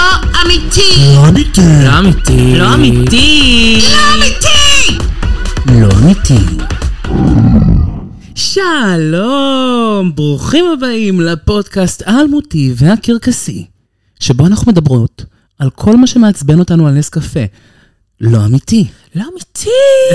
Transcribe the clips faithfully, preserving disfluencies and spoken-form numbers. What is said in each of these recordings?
אמיתי. לא אמיתי. לא אמיתי. לא אמיתי. לא אמיתי. לא אמיתי. שלום, ברוכים הבאים לפודקאסט האלמותי והקרקסי, שבו אנחנו מדברות על כל מה שמעצבן אותנו על נס קפה. לא אמיתי. לא אמיתי.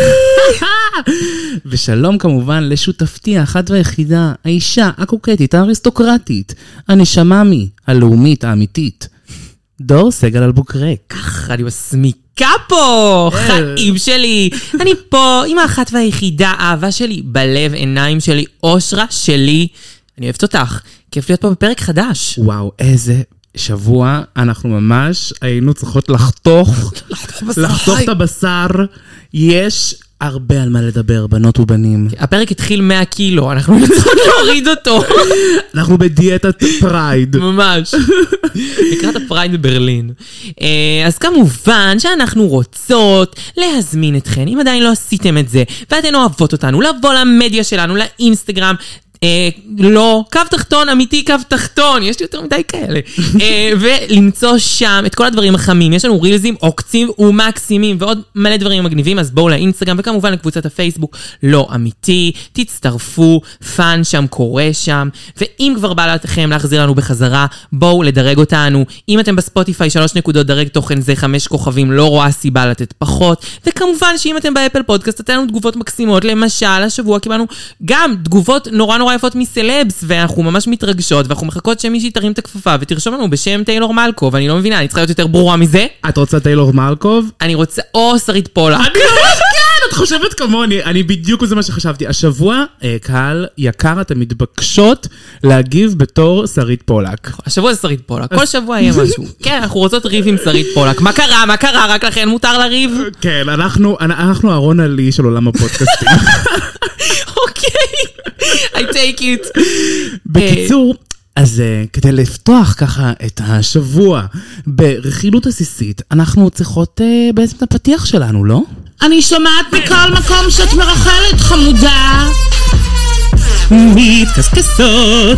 ושלום כמובן לשותפתי האחת והיחידה, האישה הקוקטית, האריסטוקרטית, הנשממי, הלאומית, האמיתית, דור סגל אלבוקרק. אך, אני מסמיקה פה, חיים שלי. אני פה עם האחת והיחידה, האהבה שלי, בלב, עיניים שלי, אושרה שלי. אני אוהבת אותך. כיף להיות פה בפרק חדש. וואו, איזה שבוע אנחנו ממש היינו צריכות לחתוך, לחתוך את הבשר. יש הרבה על מה לדבר, בנות ובנים. הפרק התחיל מאה קילו, אנחנו נצטרך להוריד אותו. אנחנו בדיאטת פרייד. ממש. לקראת הפרייד בברלין. אז כמובן שאנחנו רוצות להזמין אתכן, אם עדיין לא עשיתם את זה, ואתן אוהבות אותנו, לבוא למדיה שלנו, לאינסטגרם, אה, לא, קו תחתון, אמיתי קו תחתון, יש לי יותר מדי כאלה. אה, ולמצוא שם את כל הדברים החמים, יש לנו רילזים עוקצים ומקסימים, ועוד מלא דברים מגניבים, אז בואו לאינסטגרם, וכמובן לקבוצת הפייסבוק, לא אמיתי, תצטרפו, פאן שם, קורא שם, ואם כבר בא לכם להחזיר לנו בחזרה, בואו לדרג אותנו, אם אתם בספוטיפיי, שלוש נקודות דרג תוכן זה, חמש כוכבים, לא רואה סיבה לתת פחות, וכמובן שאם אתם באפל פודקאסט, אתן לנו תגובות מקסימות, למשל, השבוע קיבלנו גם תגובות נורא נורא יפות מסלבס, ואנחנו ממש מתרגשות, ואנחנו מחכות שמישהי תרים את הכפפה, ותרשום לנו בשם טיילור מלקוב, אני לא מבינה, אני צריכה להיות יותר ברורה מזה. את רוצה טיילור מלקוב? אני רוצה, או שרית פולק. אני ממש כן, את חושבת כמוני, אני בדיוק זה מה שחשבתי. השבוע, קהל יקר, אתם מתבקשות להגיב בתור שרית פולק. השבוע זה שרית פולק, כל שבוע יהיה משהו. כן, אנחנו רוצות ריב עם שרית פולק. מה קרה? מה קרה? רק לכן מותר לריב? כן, אנחנו, אנחנו ארון עלי של עולם הפודקאסטים. אוקיי. I take it. בקיצור, אז כדי לפתוח ככה את השבוע ברכילות עסיסית, אנחנו צריכות בעצם את הפתיח שלנו, לא? אני שומעת בכל מקום שאת מרחלת, חמודה. מתקסקסות.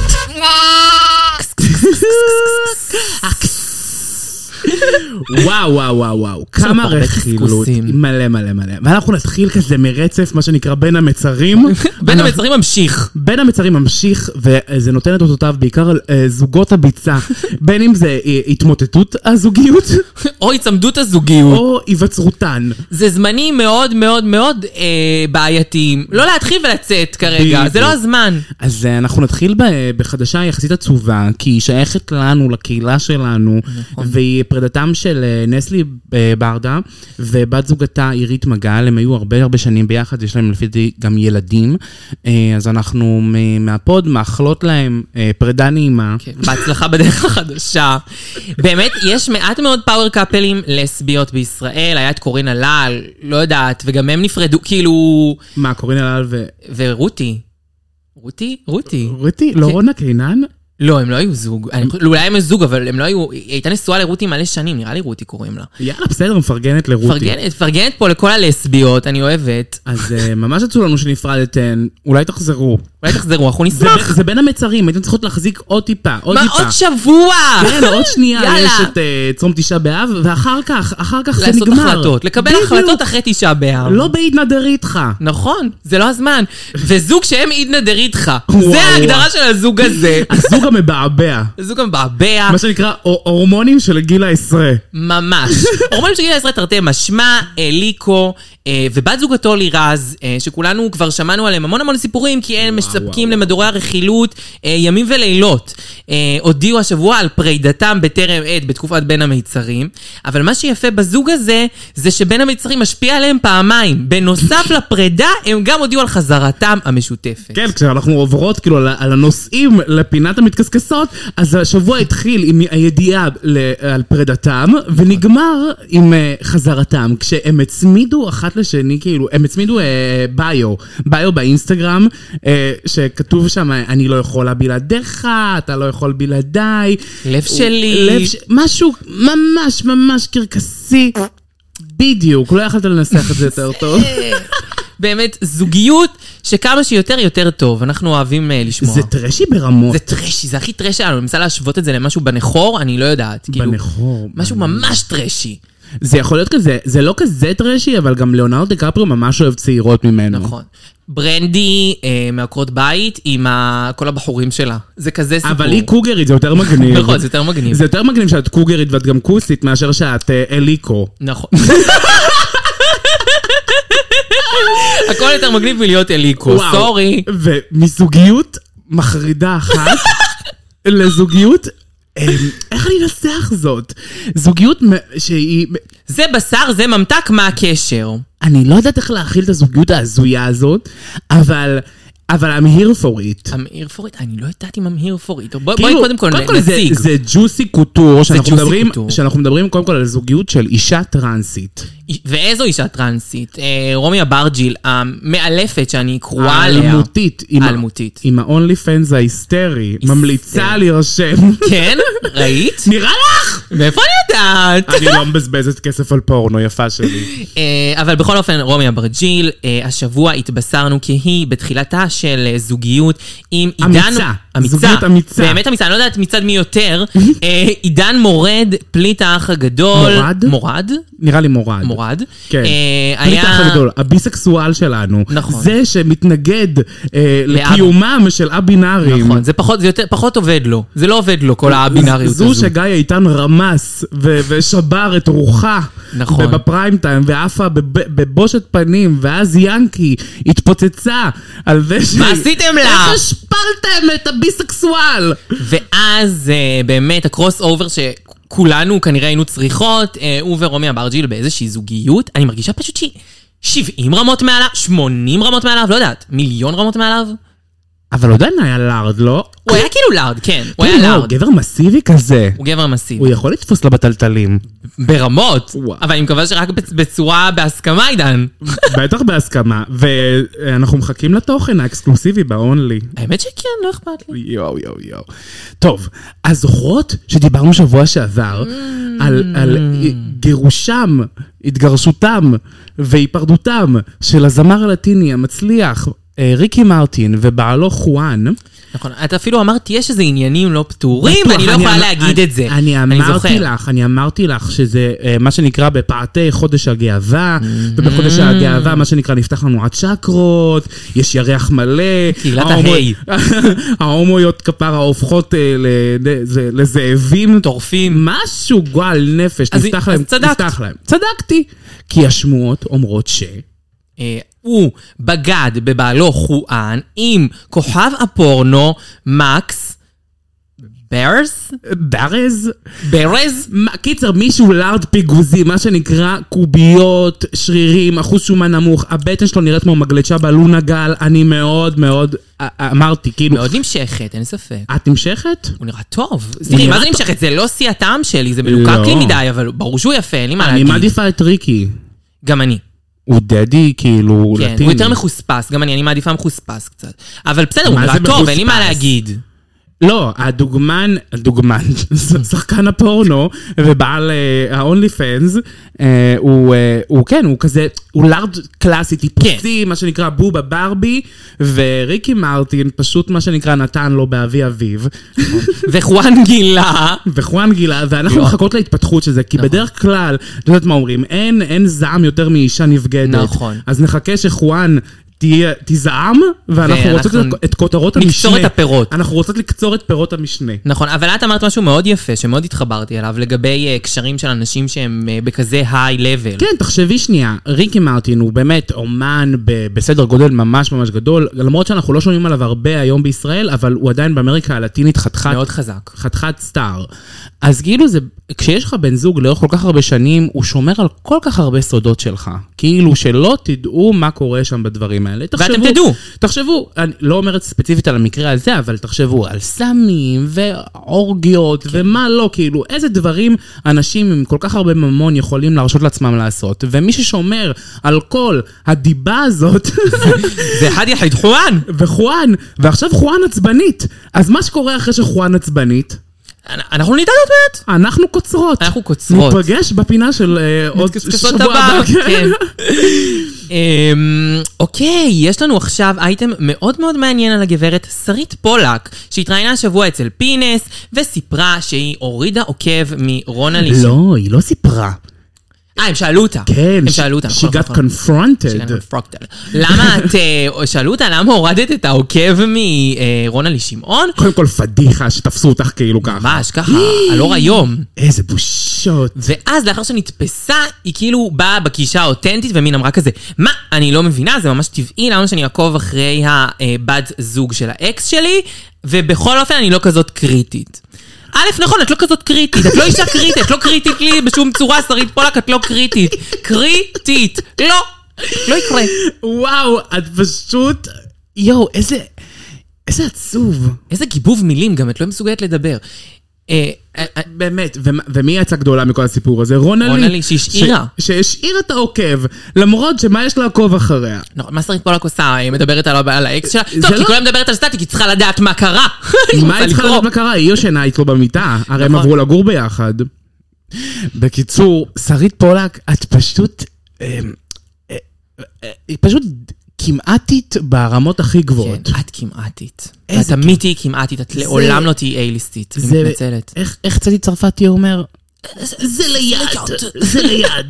וואו, וואו, וואו, וואו, כמה רכילות, מלא מלא מלא. ואנחנו נתחיל כזה מרצף, מה שנקרא בין המצרים. בין המצרים ממשיך. בין המצרים ממשיך, וזה נותן את אותותיו בעיקר על זוגות הביצה. בין אם זה התמוטטות הזוגיות, או הצמדות הזוגיות, או היווצרותן. זה זמנים מאוד מאוד מאוד בעייתיים. לא להתחיל ולצאת כרגע, זה לא הזמן. אז אנחנו נתחיל בחדשה יחסית עצובה, כי היא שייכת לנו, לקהילה שלנו, והיא פרידתם של נסלי ברדה ובת זוגתה עירית מגל. הם היו הרבה הרבה שנים ביחד, יש להם לפי די גם ילדים, אז אנחנו מהפוד מאחלות להם פרידה נעימה. בהצלחה בדרך החדשה. באמת, יש מעט מאוד פאוור קאפלים לסביות בישראל, היה את קורין הלל, לא יודעת, וגם הם נפרדו, כאילו... מה, קורין הלל ו... ורותי. רותי? רותי. רותי? לא רונה קינן? לא, הם לא היו זוג. אולי הם זוג, אבל הם לא היו... היא הייתה נשואה לרותי מלא שנים, נראה לי רותי קוראים לה. יאללה, בסדר, מפרגנת לרותי. מפרגנת, מפרגנת פה לכל הלסביות, אני אוהבת. אז ממש עצו לנו שנפרדתן, אולי תחזרו. אולי תחזרו, אנחנו נשמח. זה בין המצרים, הייתם צריכות להחזיק עוד טיפה, עוד טיפה. מה, עוד שבוע? כן, עוד שנייה יש את צום תשעה באב, ואחר כך, אחר כך זה נגמר. לעשות החלטות, לקבל החלטות אחרי תשעה באב. לא בעיד נדר איתך. נכון, זה לא הזמן. וזוג שהם עיד נדר איתך. זה ההגדרה של הזוג הזה. הזוג המבעבע. הזוג המבעבע. מה שנקרא הורמונים של גיל העשרה. ממש. הורמונים של גיל העשרה תרתי משמע, אליקו, ובת זוגתו לירז, שכולנו כבר שמענו עליהם המון המון סיפורים, כי הם מספקים למדורי הרכילות ימים ולילות. הודיעו השבוע על פרידתם בטרם עת בתקופת בין המיצרים, אבל מה שיפה בזוג הזה, זה שבין המיצרים משפיע עליהם פעמיים. בנוסף לפרידה, הם גם הודיעו על חזרתם המשותפת. כן, כשאנחנו עוברות כאילו על הנושאים לפינת המתקסקסות, אז השבוע התחיל עם הידיעה על פרידתם, ונגמר עם חזרתם, כשהם הצמידו אחת לשני, כאילו, הם הצמידו ביו, ביו באינסטגרם, שכתוב שם, אני לא יכולה בלעדיך, אתה לא יכול בלעדיי. לב שלי. לב ש... משהו ממש ממש קרקסי. בדיוק, לא יכולת לנסח את זה יותר טוב. באמת זוגיות שכמה שיותר יותר טוב, אנחנו אוהבים uh, לשמוע. זה טרשי ברמות. זה טרשי, זה הכי טרשי שלנו, אני מנסה להשוות את זה למשהו בנחור, אני לא יודעת. בנחור. כאילו, משהו ממש טרשי. זה יכול להיות כזה, זה לא כזה טרשי, אבל גם ליאונרדו דיקפריו ממש אוהב צעירות ממנו. נכון. ברנדי אה, מעקרות בית עם ה... כל הבחורים שלה. זה כזה סיפור. אבל היא קוגרית, זה יותר מגניב. נכון, זה יותר מגניב. זה יותר מגניב שאת קוגרית ואת גם כוסית, מאשר שאת אה, אליקו. נכון. הכל יותר מגניב מלהיות אליקו, סורי. ומזוגיות מחרידה אחת לזוגיות... איך אני אנסח זאת? זוגיות שהיא... זה בשר, זה ממתק, מה הקשר? אני לא יודעת איך להכיל את הזוגיות ההזויה הזאת, אבל... אבל I'm here for it. I'm here for it? אני לא יודעת אם I'm here for it. בואי קודם כל נציג. זה ג'וסי קוטור, שאנחנו מדברים קודם כל על זוגיות של אישה טרנסית. ואיזו אישה טרנסית? רומי אברג'יל, המאלפת שאני קרואה עליה. האלמותית. האלמותית. עם ה-only fans ההיסטרי. ממליצה להירשם. כן? ראית? נראה לך? מאיפה אני יודעת? אני לא מבזבזת כסף על פורנו, יפה שלי. אבל בכל אופן, רומי אברג'יל, השבוע התבשרנו כי היא בתחילתה של זוגיות עם עידן... אמיצה. אמיצה. זוגיות אמיצה. באמת אמיצה, אני לא יודעת מצד מי יותר. עידן מורד, פליט האח הגדול. מורד? מורד? נראה לי מורד. מורד. כן. פליט האח הגדול, הביסקסואל שלנו. נכון. זה שמתנגד לקיומם של הבינארים. נכון, זה פחות, זה יותר, פחות עובד לו. זה לא עובד לו, כל הבינאריות הזו. זו שגיא איתן רמס ושבר את רוחה. נכון. ובפריים טיים, ואפה בבושת פנים, ואז ינקי התפוצצה על זה ש... מה עשיתם לה? איך השפלתם את הביסקסואל? ואז באמת הקרוס אובר שכולנו כנראה היינו צריכות, הוא ורומי אברג'יל באיזושהי זוגיות, אני מרגישה פשוט שהיא שבעים רמות מעליו, שמונים רמות מעליו, לא יודעת, מיליון רמות מעליו. אבל עדיין היה לארד, לא? הוא היה כאילו לארד, כן, הוא היה לארד. הוא גבר מסיבי כזה. הוא גבר מסיבי. הוא יכול לתפוס לה בטלטלים. ברמות, אבל אני מקווה שרק בצורה בהסכמה, עידן. בטח בהסכמה, ואנחנו מחכים לתוכן האקסקלוסיבי באונלי. האמת שכן, לא אכפת לי. יואו, יואו, יואו. טוב, אז זוכרות שדיברנו שבוע שעבר על גירושם, התגרשותם והיפרדותם של הזמר הלטיני המצליח, ריקי מרטין ובעלו חואן. נכון, את אפילו אמרת, יש איזה עניינים לא פתורים, ואני לא יכולה להגיד את זה. אני אמרתי לך, אני אמרתי לך שזה מה שנקרא בפעתי חודש הגאווה, ובחודש הגאווה, מה שנקרא, נפתח לנו הצ'קרות, יש ירח מלא. קהילת ההי. ההומואיות כפרה הופכות לזאבים. טורפים. משהו גועל נפש, נפתח להם. נפתח להם. צדקתי. כי השמועות אומרות ש... הוא בגד בבעלו חואן עם כוכב הפורנו מקס ברז? ברז? ברז? קיצר, מישהו לארד פיגוזי, מה שנקרא קוביות, שרירים, אחוז שומן נמוך, הבטן שלו נראית כמו מגלצ'ה בלונה גל, אני מאוד מאוד, אמרתי, כאילו... מאוד נמשכת, אין ספק. את נמשכת? הוא נראה טוב. סליחי, מה זה נמשכת? זה לא שיא הטעם שלי, זה מלוקק לי מדי, אבל ברור שהוא יפה, אין לי מה להגיד. אני מעדיפה את ריקי. גם אני. הוא דדי, כאילו, כן, לטיני. הוא יותר מחוספס, גם אני, אני מעדיפה מחוספס קצת. אבל בסדר, הוא נראה טוב, אין לי מה להגיד. לא, הדוגמן, הדוגמן, שחקן הפורנו, ובעל ה-only fans, הוא כן, הוא כזה, הוא לארד קלאסי, טיפוסי, מה שנקרא בובה ברבי, וריקי מרטין פשוט מה שנקרא נתן לו באבי אביו. וחואן גילה. וחואן גילה, ואנחנו מחכות להתפתחות של זה, כי בדרך כלל, אתה יודעת מה אומרים, אין זעם יותר מאישה נבגדת. נכון. אז נחכה שחואן תזעם, ואנחנו רוצות את כותרות המשנה. לקצור את הפירות. אנחנו רוצות לקצור את פירות המשנה. נכון, אבל את אמרת משהו מאוד יפה, שמאוד התחברתי עליו, לגבי קשרים של אנשים שהם בכזה היי לבל. כן, תחשבי שנייה, ריקי מרטין הוא באמת אומן בסדר גודל ממש ממש גדול, למרות שאנחנו לא שומעים עליו הרבה היום בישראל, אבל הוא עדיין באמריקה הלטינית חתיכת... מאוד חזק. חתיכת סטאר. אז כאילו זה, כשיש לך בן זוג לאורך כל כך הרבה שנים, הוא שומר על כל כך הרבה סודות שלך. כאילו שלא תדעו מה קורה שם בדברים האלה. ואתם תדעו. תחשבו, אני לא אומרת ספציפית על המקרה הזה, אבל תחשבו על סמים ואורגיות כן. ומה לא, כאילו, איזה דברים אנשים עם כל כך הרבה ממון יכולים להרשות לעצמם לעשות. ומי ששומר על כל הדיבה הזאת... זה אחד יחיד, חואן. וחואן, ועכשיו חואן עצבנית. אז מה שקורה אחרי שחואן עצבנית... אנחנו נדע עוד מעט. אנחנו קוצרות. אנחנו קוצרות. נפגש בפינה של עוד שבוע הבא. כן. אוקיי, יש לנו עכשיו אייטם מאוד מאוד מעניין על הגברת שרית פולק, שהתראיינה השבוע אצל פינס, וסיפרה שהיא הורידה עוקב מרונה לישון. לא, היא לא סיפרה. אה, הם שאלו אותה. כן, הם שאלו אותה. she got confronted. למה את, שאלו אותה, למה הורדת את העוקב מרונה לשמעון? קודם כל פדיחה שתפסו אותך כאילו ככה. ממש, ככה, הלא היום. איזה בושות. ואז לאחר שנתפסה, היא כאילו באה בגישה האותנטית, ומין אמרה כזה, מה, אני לא מבינה, זה ממש טבעי, למה שאני אעקוב אחרי הבת זוג של האקס שלי, ובכל אופן אני לא כזאת קריטית. א', נכון, את לא כזאת קריטית, את לא אישה קריטית, את לא קריטית לי בשום צורה, שרית פולק, את לא קריטית. קריטית. לא, לא יקרה. וואו, את פשוט... יואו, איזה... איזה עצוב. איזה גיבוב מילים גם, את לא מסוגלת לדבר. באמת, ומי יצא גדולה מכל הסיפור הזה? רונה לי. רונה לי, שהשאירה. שהשאירה את העוקב, למרות שמה יש לעקוב אחריה. מה שרית פולק עושה? היא מדברת על האקס שלה? טוב, כי כולם מדברת על סטטיק, היא צריכה לדעת מה קרה. מה היא צריכה לדעת מה קרה? היא יושנה איתו במיטה, הרי הם עברו לגור ביחד. בקיצור, שרית פולק, את פשוט... היא פשוט... כמעטית ברמות הכי גבוהות. כן, את כמעטית. את תמיד תהיי כמעטית, את לעולם לא תהיי איי-ליסטית. אני מתנצלת. איך צדי צרפתי אומר? זה ליד, זה ליד.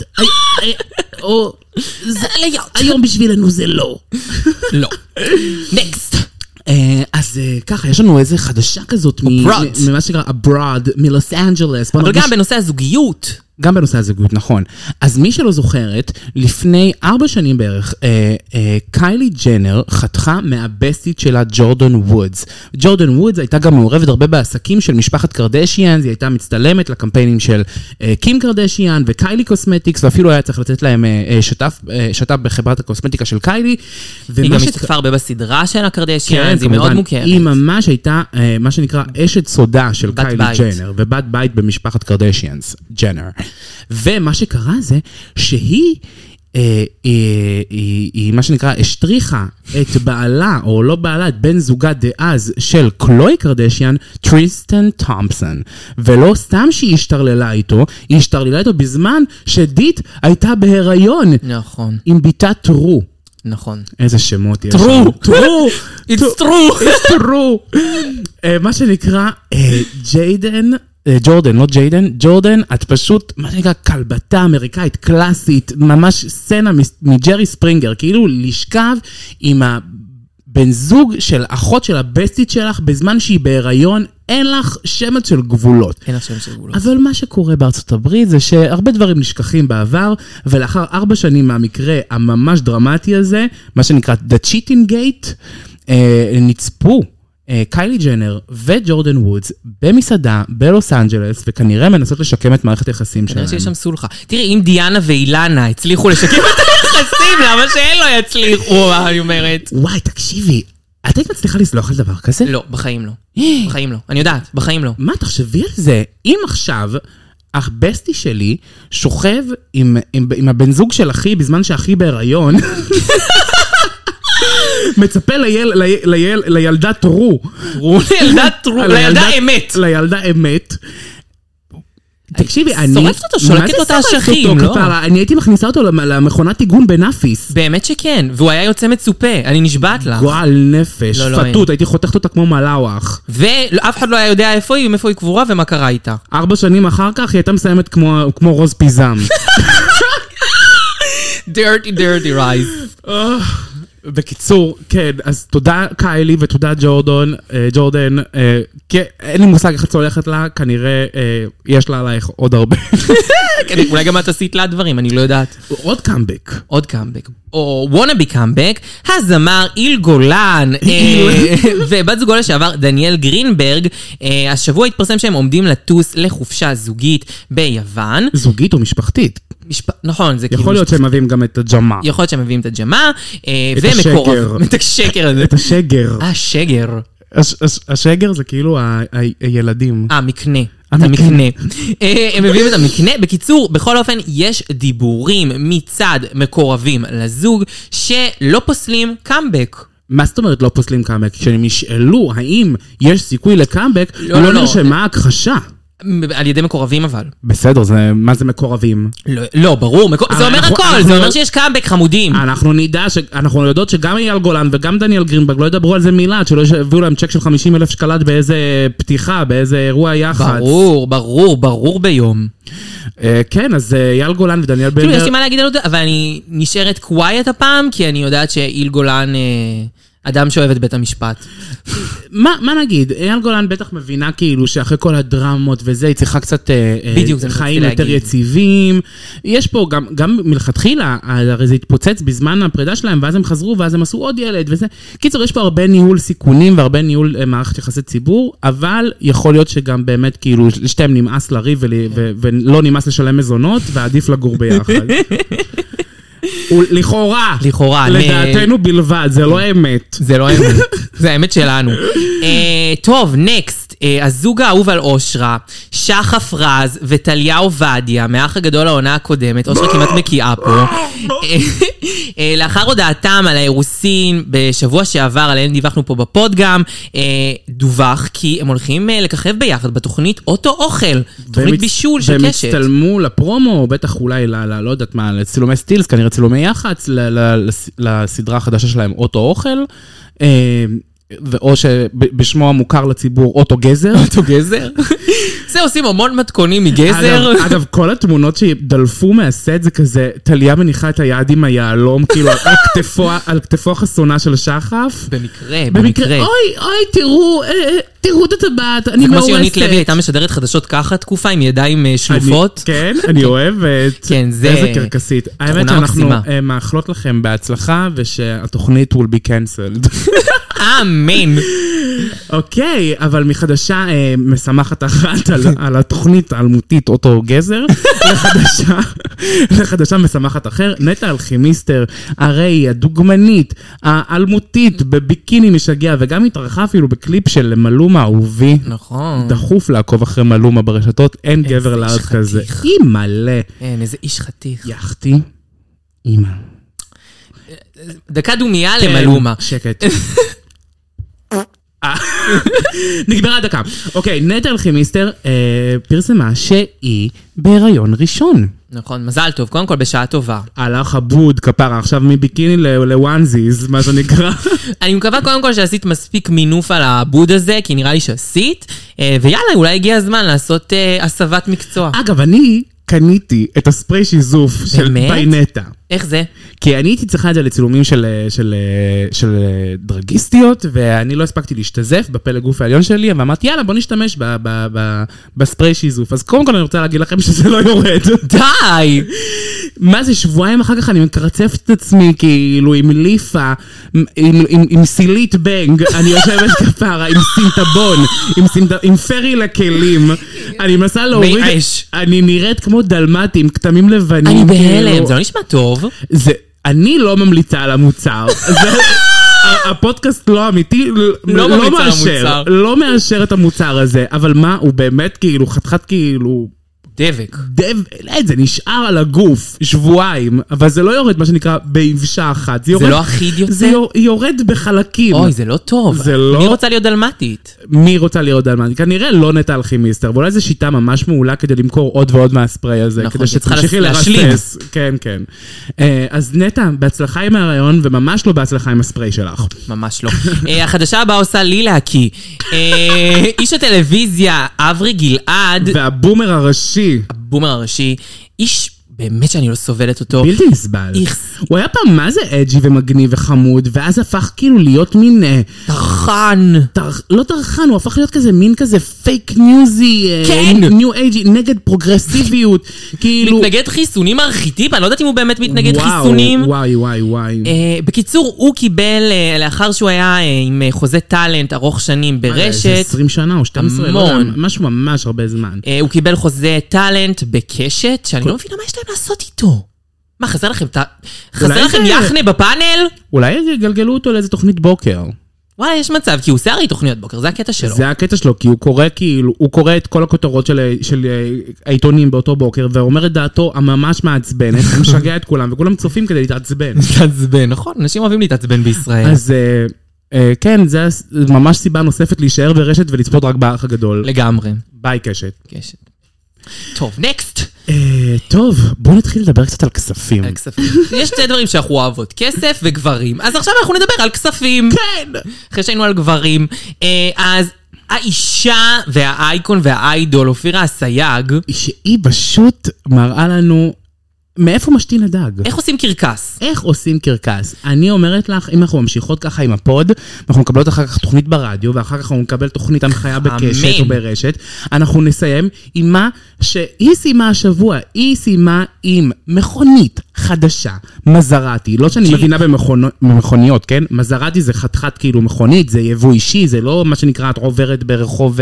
זה ליד. היום בשבילנו זה לא. לא. נקסט. אז ככה, יש לנו איזה חדשה כזאת ממה שנקרא abroad, מלוס אנג'לס. אבל גם בנושא הזוגיות. גם בנושא הזוגיות, נכון. אז מי שלא זוכרת, לפני ארבע שנים בערך, אה, אה, קיילי ג'נר חתכה מהבסטית שלה ג'ורדן וודס. ג'ורדן וודס הייתה גם מעורבת הרבה בעסקים של משפחת קרדשיאן, היא הייתה מצטלמת לקמפיינים של אה, קים קרדשיאן וקיילי קוסמטיקס, ואפילו היה צריך לתת להם אה, שתף, אה, שתף בחברת הקוסמטיקה של קיילי. היא גם השתתפה הרבה בסדרה של הקרדשיאן, כן, היא מאוד מוכרת. היא ממש הייתה אה, מה שנקרא אשת סודה של קיילי ג'נר, ובת בית במשפחת קרדשיאנס, ג'נר. ומה שקרה זה שהיא, אה, אה, היא, היא מה שנקרא, השטריחה את בעלה, או לא בעלה, את בן זוגה דאז של קלוי קרדשיאן, טריסטן תומפסון. ולא סתם שהיא השתרללה איתו, היא השתרללה איתו בזמן שדית הייתה בהיריון. נכון. עם ביתה טרו. נכון. איזה שמות יש. טרו. טרו. It's true. It's true. מה שנקרא, ג'יידן, ג'ורדן, לא ג'יידן, ג'ורדן, את פשוט, מה שנקרא, כלבתה אמריקאית, קלאסית, ממש סצנה מג'רי ספרינגר, כאילו לשכב עם הבן זוג של אחות של הבסטית שלך, בזמן שהיא בהיריון, אין לך שמץ של גבולות. אין לך שמץ של גבולות. אבל מה שקורה בארצות הברית זה שהרבה דברים נשכחים בעבר, ולאחר ארבע שנים מהמקרה הממש דרמטי הזה, מה שנקרא The Cheating Gate, נצפו קיילי ג'נר וג'ורדן וודס במסעדה בלוס אנג'לס, וכנראה מנסות לשקם את מערכת היחסים שלהם. כנראה שיש שם סולחה. תראי, אם דיאנה ואילנה הצליחו לשקם את היחסים, למה שהם לא יצליחו, אני אומרת. וואי, תקשיבי, את היית מצליחה לסלוח על דבר כזה? לא, בחיים לא. בחיים לא. אני יודעת, בחיים לא. מה, תחשבי על זה? אם עכשיו הבסטי שלי שוכב עם, עם, עם הבן זוג של אחי בזמן שאחי בהיריון, מצפה ליל, ליל, ליל, לילדה טרו. לילדה טרו, לילדה אמת. לילדה אמת. תקשיבי, אני... שורפת אותו, שולקת לו את האשכים, לא? אני הייתי מכניסה אותו למכונת עיגון בנאפיס. באמת שכן, והוא היה יוצא מצופה, אני נשבעת לך. גועל נפש, פתות, הייתי חותכת אותה כמו מלאווח. ואף אחד לא היה יודע איפה היא, מאיפה היא קבורה ומה קרה איתה. ארבע שנים אחר כך היא הייתה מסיימת כמו רוז פיזם. dirty, dirty rice. בקיצור, כן, אז תודה קיילי ותודה ג'ורדון, ג'ורדן, אין לי מושג איך את הולכת לה, כנראה יש לה עלייך עוד הרבה. אולי גם את עשית לה דברים, אני לא יודעת. עוד קאמבק. עוד קאמבק. או וונאבי קאמבק, הזמר איל גולן, ובת זוגו לשעבר דניאל גרינברג, השבוע התפרסם שהם עומדים לטוס לחופשה זוגית ביוון. זוגית או משפחתית? נכון, זה כאילו... יכול להיות שהם מביאים גם את הג'מה. יכול להיות שהם מביאים את הג'מה. את השגר. את השגר הזה. את השגר. השגר. השגר זה כאילו הילדים. אה, מקנה. את המקנה. הם מביאים את המקנה. בקיצור, בכל אופן, יש דיבורים מצד מקורבים לזוג שלא פוסלים קאמבק. מה זאת אומרת לא פוסלים קאמבק? כשהם ישאלו האם יש סיכוי לקאמבק, לא נרשמה הכחשה. על ידי מקורבים אבל. בסדר, זה, מה זה מקורבים? לא, לא ברור, מקור... זה אומר אנחנו, הכל, אנחנו, זה אומר שיש קאמבק חמודים. אנחנו נדע, ש... אנחנו יודעות שגם אייל גולן וגם דניאל גרינברג לא ידברו על זה מילה, שלא הביאו להם צ'ק של חמישים אלף שקלת באיזה פתיחה, באיזה אירוע יחד. ברור, ברור, ברור ביום. כן, אז אייל גולן ודניאל כאילו, בנדר... יש לי מה להגיד על זה, אבל אני נשארת קווייט הפעם, כי אני יודעת שאייל גולן... אדם שאוהב את בית המשפט. מה, מה נגיד? אייל גולן בטח מבינה כאילו שאחרי כל הדרמות וזה, היא צריכה קצת בדיוק, אה, חיים יותר להגיד. יציבים. יש פה גם, גם מלכתחילה, הרי זה התפוצץ בזמן הפרידה שלהם, ואז הם חזרו, ואז הם עשו עוד ילד וזה. קיצור, יש פה הרבה ניהול סיכונים, והרבה ניהול אה, מערכת יחסי ציבור, אבל יכול להיות שגם באמת כאילו, לשתיהם נמאס לריב, ול, ו, ולא נמאס לשלם מזונות, ועדיף לגור ביחד. לכאורה, לכאורה, לדעתנו בלבד, זה לא אמת. זה לא אמת, זה האמת שלנו. טוב, נקסט, הזוג האהוב על אושרה, שחף רז וטליה עובדיה, מהאח הגדול העונה הקודמת, אושרה כמעט מקיאה פה, לאחר הודעתם על האירוסין בשבוע שעבר, עליהם דיווחנו פה בפוד גם, דווח כי הם הולכים לככב ביחד בתוכנית אוטו אוכל, תוכנית בישול של והם קשת. הצטלמו לפרומו, בטח אולי, לא יודעת מה, לצילומי סטילס, כנראה צילומי יח"צ, לסדרה החדשה שלהם אוטו אוכל, או שבשמו המוכר לציבור אוטו גזר. אוטו גזר? זה עושים המון מתכונים מגזר. אגב, אגב, כל התמונות שדלפו מהסט זה כזה, טליה מניחה את היד עם היעלום, כאילו על כתפו החסונה של שחף. במקרה, במקרה. אוי, אוי, תראו, תראו את הטבעת, אני מאורסת. כמו שיונית לוי הייתה משדרת חדשות ככה תקופה, עם ידיים שלופות. כן, אני אוהבת. כן, זה... איזה קרקסית. האמת שאנחנו מאחלות לכם בהצלחה, ושהתוכנית will be cancelled. אמן. אוקיי, אבל מחדשה משמחת אחת על התוכנית האלמותית אוטו גזר, לחדשה, לחדשה משמחת אחר, נטע אלכימיסטר, הרי הדוגמנית, האלמותית, בביקיני משגע, וגם התארחה אפילו בקליפ של מלומה אהובי. נכון. דחוף לעקוב אחרי מלומה ברשתות, אין גבר לארץ כזה. היא מלא. אין, איזה איש חתיך. יחתי, אימא. דקה דומיה למלומה. שקט. נגמרה דקה. אוקיי, נטע אלכימיסטר פרסמה שהיא בהיריון ראשון. נכון, מזל טוב, קודם כל בשעה טובה. הלך הבוד, כפרה, עכשיו מביקיני לוואנזיז, מה שנקרא. אני מקווה קודם כל שעשית מספיק מינוף על הבוד הזה, כי נראה לי שעשית, ויאללה, אולי הגיע הזמן לעשות הסבת מקצוע. אגב, אני קניתי את הספרי שיזוף של ביינטה. איך זה? כי אני הייתי צריכה את זה לצילומים של, של, של דרגיסטיות, ואני לא הספקתי להשתזף בפלג גוף העליון שלי, ואמרתי, יאללה, בוא נשתמש ב, ב, ב, בספרי שיזוף. אז קודם כל אני רוצה להגיד לכם שזה לא יורד. די! מה זה, שבועיים אחר כך אני מקרצפת את עצמי, כאילו, עם ליפה, עם, עם, עם סילית בנג, אני יושבת כפרה, עם סינטבון, עם, סינט, עם פרי לכלים, אני מנסה להוריד, אני נראית כמו דלמטי, עם כתמים לבנים. אני בהלם, זה לא נשמע טוב. זה, אני לא ממליצה על המוצר. זה, הפודקאסט לא אמיתי, לא, לא מאשר, לא מאשר את המוצר הזה, אבל מה, הוא באמת כאילו, חתכת כאילו... דבק. דבק, זה נשאר על הגוף שבועיים, אבל זה לא יורד מה שנקרא ביבשה אחת. זה, זה יורד, לא אחיד יוצא? זה יורד בחלקים. אוי, זה לא טוב. זה לא... מי רוצה להיות דלמטית? מי רוצה להיות דלמטית? כנראה לא נטע אלכימיסטר, ואולי זו שיטה ממש מעולה כדי למכור עוד ועוד מהספרי הזה. נכון, כדי שתמשיכי לרסס. כן, כן. אז נטע, בהצלחה עם ההיריון, וממש לא בהצלחה עם הספרי שלך. ממש לא. החדשה הבאה עושה לי להקיא. איש הטלוויזיה, אברי גלעד. והבומר הראשי. הבומר הראשי, איש באמת שאני לא סובלת אותו. בלתי נסבל. הוא היה פעם מה זה אג'י ומגניב וחמוד, ואז הפך כאילו להיות מין... תרחן. לא תרחן, הוא הפך להיות כזה מין כזה פייק ניוזי, ניו אייג'י, נגד פרוגרסיביות, כאילו... מתנגד חיסונים ארכיטיפ, אני לא יודעת אם הוא באמת מתנגד חיסונים. וואי, וואי, וואי. בקיצור, הוא קיבל, לאחר שהוא היה עם חוזה טלנט ארוך שנים ברשת. עשרים שנה או שתים עשרה, לא יודע, משהו ממש הרבה זמן. הוא קיבל חוזה טלנט בקשת, שאני לא מבינה מה יש להם לעשות איתו. מה, חסר לכם, חסר לכם יחנה בפאנל? אולי יגלגלו אותו לאיזה תוכנית בוקר. וואי, יש מצב, כי הוא עושה הרי תוכניות בוקר, זה הקטע שלו. זה הקטע שלו, כי הוא קורא כאילו, הוא קורא את כל הכותרות של, של העיתונים באותו בוקר, ואומר את דעתו הממש מעצבנת, הוא משגע את כולם, וכולם צופים כדי להתעצבן. להתעצבן, נכון, אנשים אוהבים להתעצבן בישראל. אז כן, זה ממש סיבה נוספת להישאר ברשת ולצפות רק באח הגדול. לגמרי. ביי קשת. קשת. טוב, נקסט. טוב, בואו נתחיל לדבר קצת על כספים. על כספים. יש שתי דברים שאנחנו אוהבות, כסף וגברים. אז עכשיו אנחנו נדבר על כספים. כן. אחרי שהיינו על גברים. אז האישה והאייקון והאיידול, אופירה אסייג. שהיא פשוט מראה לנו מאיפה משתין הדג. איך עושים קרקס? איך עושים קרקס? אני אומרת לך, אם אנחנו ממשיכות ככה עם הפוד, אנחנו מקבלות אחר כך תוכנית ברדיו, ואחר כך אנחנו נקבל תוכנית הנחיה בקשת או ברשת, אנחנו נסיים עם מה שהיא סיימה השבוע, היא סיימה עם מכונית חדשה, מזרתי, לא שאני מבינה במכוניות, כן? מזרתי זה חתיכת כאילו מכונית, זה יבוא אישי, זה לא מה שנקרא, את עוברת ברחוב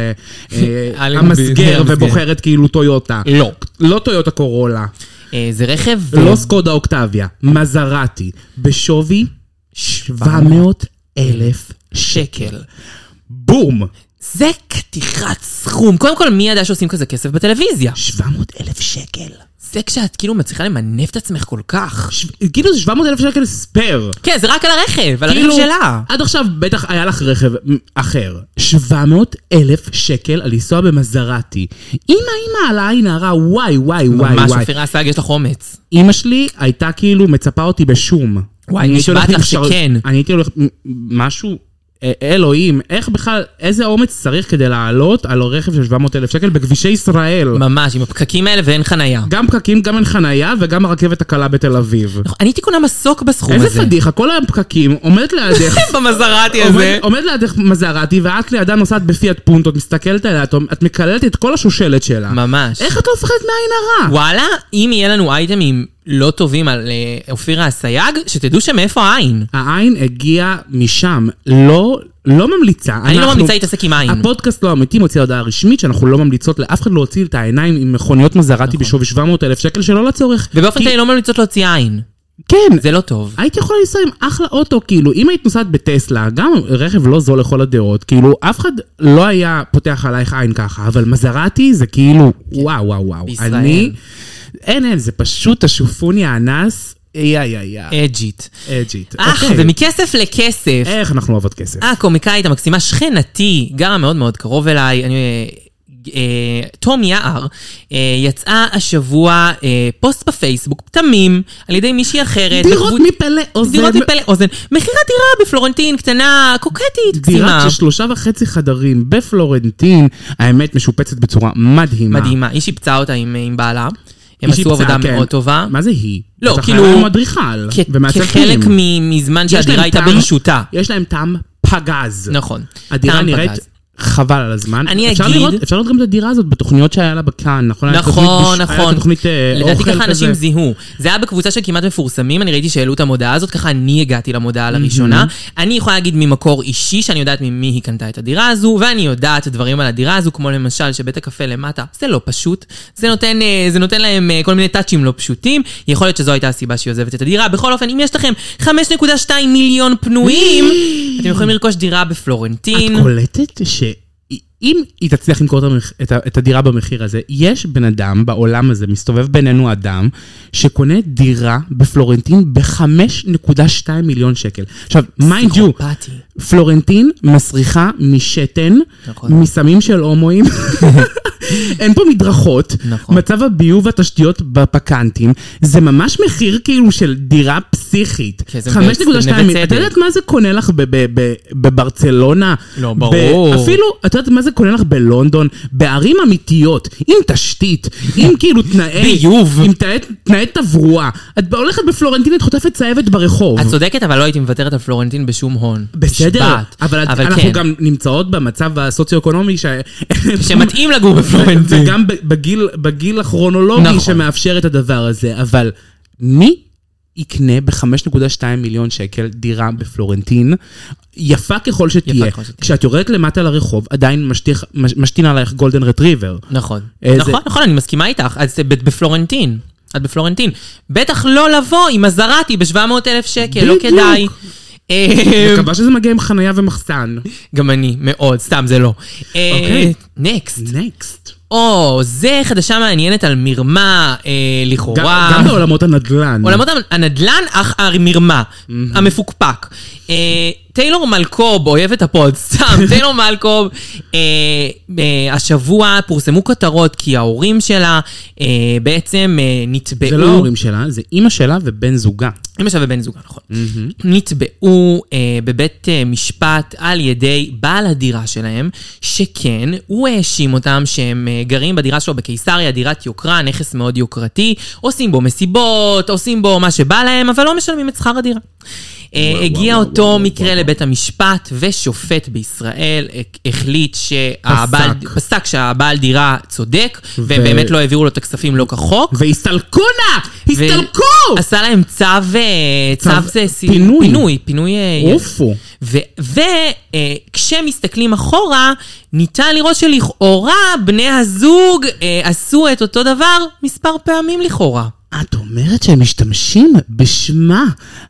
המסגר ובוחרת כאילו טויוטה. לא. לא טויוטה קורולה. זה רכב... לא סקודה אוקטביה, מזרתי, בשווי שבע מאות אלף שקל. בום! זה כתיכת סכום. קודם כל, מי ידע שעושים כזה כסף בטלוויזיה? שבע מאות אלף שקל. זה כשאת כאילו מצליחה למנף את עצמך כל כך. כאילו זה שבע מאות אלף שקל ספר. כן, זה רק על הרכב, על הרכב שלה. עד עכשיו בטח היה לך רכב אחר. שבע מאות אלף שקל על לנסוע במזרתי. אמא, אמא, על העין הרע, וואי, וואי, וואי. ממש, אופירה אסייג, יש לך אומץ. אמא שלי הייתה כאילו מצפה אותי בשום. וואי, נשבעת לך שכן. אני הייתי הולך משהו... אלוהים, איך בכלל, איזה אומץ צריך כדי לעלות על רכב של שבע מאות אלף שקל בכבישי ישראל? ממש, עם הפקקים האלה ואין חנייה. גם פקקים, גם אין חנייה, וגם הרכבת הקלה בתל אביב. אני הייתי קונה מסוק בסכום הזה. איזה פדיחה, כל היום פקקים, עומדת לידך... במזרתי הזה. עומדת לידך מזרתי, ואת לידה נוסעת בפיאט פונטו, את מסתכלת עליה, את מקללת את כל השושלת שלה. ממש. איך את לא מפחדת מעין הרע? וואלה, אם יהיה לנו אייטמים לא טובים על אופירה אסייג, שתדעו שמאיפה העין. העין הגיע משם, לא... לא ממליצה. אני לא ממליצה להתעסק עם העין. הפודקאסט לא אמיתי מוציא הודעה רשמית שאנחנו לא ממליצות לאף אחד להוציא את העיניים עם מכוניות מזרתי בשווי שבע מאות אלף שקל שלא לצורך. ובאופן כללי לא ממליצות להוציא עין. כן. זה לא טוב. היית יכולה לנסוע עם אחלה אוטו, כאילו, אם היית נוסעת בטסלה, גם רכב לא זול לכל הדעות, כאילו, אף אחד לא היה פותח עלייך עין ככה, אבל מזרתי זה כאילו, וואו, וואו, וואו. אני, אין, אין, זה פשוט השופוני האנס, איי, איי, איי. אג'ית. אג'ית. אך, ומכסף לכסף. איך אנחנו אוהבות כסף? הקומיקאית המקסימה שכנתי, גרה מאוד מאוד קרוב אליי, אני... תום יער יצאה השבוע פוסט בפייסבוק תמים על ידי מישהי אחרת. דירות מפלא אוזן. דירות מפלא אוזן. מחירת דירה בפלורנטין קטנה, קוקטית, קסימה. דירה של שלושה וחצי חדרים בפלורנטין, האמת משופצת בצורה מדהימה. מדהימה. היא שיפצה אותה עם בעלה. הם עשו עבודה מאוד טובה. מה זה היא? לא, כאילו... מדריכל. כחלק מזמן שהדירה הייתה ברשותה. יש להם טעם פגז. נכון. הדירה נראית... חבל על הזמן. אני אפשר אגיד... לראות, אפשר לראות גם את הדירה הזאת בתוכניות שהיה לה בכאן, נכון? נכון, נכון. לדעתי ככה כזה. אנשים זיהו. זה היה בקבוצה של כמעט מפורסמים, אני ראיתי שהעלו את המודעה הזאת, ככה אני הגעתי למודעה לראשונה. אני יכולה להגיד ממקור אישי, שאני יודעת ממי היא קנתה את הדירה הזו, ואני יודעת דברים על הדירה הזו, כמו למשל שבית הקפה למטה, זה לא פשוט. זה נותן, זה נותן להם כל מיני טאצ'ים לא פשוטים. יכול להיות שזו הייתה הסיבה שהיא עוזבת את הדירה. בכל אופן, אם יש לכם חמש נקודה שתיים מיליון פנויים, אתם יכולים לרכוש דירה בפלורנטין. את קולטת ש... אם היא תצליח למכור את הדירה במחיר הזה, יש בן אדם בעולם הזה, מסתובב בינינו אדם, שקונה דירה בפלורנטין ב-חמש נקודה שתיים מיליון שקל. עכשיו, מיינד יו, פלורנטין מסריחה משתן, מסמים של הומואים, אין פה מדרכות, מצב הביוב והתשתיות בפקנטים, זה ממש מחיר כאילו של דירה פסיכית. חמש נקודה שתיים, אתה יודעת מה זה קונה לך בברצלונה? לא, ברור. אפילו, אתה יודעת מה זה קונה לך בלונדון? בערים אמיתיות, עם תשתית, עם כאילו תנאי... ביוב. עם תנאי תברואה. את הולכת בפלורנטין, את חוטפת צהבת ברחוב. את צודקת, אבל לא הייתי מוותרת על פלורנטין בשום הון. בסדר, אבל אנחנו גם נמצאות במצב הסוציו-אקונומי שמתאים לגור בפלורנטין. וגם בגיל הכרונולוגי שמאפשר את הדבר הזה. אבל מי יקנה ב-חמש נקודה שתיים מיליון שקל דירה בפלורנטין, יפה ככל שתהיה. כשאת יורדת למטה לרחוב, עדיין משתין עלייך גולדן רטריבר. נכון, נכון, נכון, אני מסכימה איתך. אז בפלורנטין, את בפלורנטין. בטח לא לבוא עם מזרתי ב-שבע מאות אלף שקל, לא כדאי. מקווה שזה מגיע עם חנייה ומחסן. גם אני, מאוד, סתם זה לא. אוקיי. נקסט. נקסט. או, זה חדשה מעניינת על מרמה, לכאורה. גם בעולמות הנדל"ן. עולמות הנדל"ן, אך המרמה, המפוקפק. טיילור מלקוב, אוהבת הפוד, סתם, טיילור מלקוב, אה, אה, השבוע פורסמו כותרות, כי ההורים שלה אה, בעצם אה, נתבעו... זה לא ההורים שלה, זה אמא שלה ובן זוגה. אמא שלה ובן זוגה, נכון. Mm-hmm. נתבעו אה, בבית אה, משפט על ידי בעל הדירה שלהם, שכן, הוא האשים אותם שהם אה, גרים בדירה שלו בקיסריה, דירת יוקרה, נכס מאוד יוקרתי, עושים בו מסיבות, עושים בו מה שבא להם, אבל לא משלמים את שכר הדירה. הגיע אותו מקרה לבית המשפט, ושופט בישראל החליט שהבעל, פסק שהבעל דירה צודק, והם באמת לא העבירו לו את הכספים לא כחוק. והסתלקו נא! הסתלקו! עשה להם צו, צו פינוי. פינוי, פינוי. אופו. וכשמסתכלים אחורה, ניתן לראות שלכאורה בני הזוג עשו את אותו דבר מספר פעמים לכאורה. את אומרת שהם משתמשים בשמה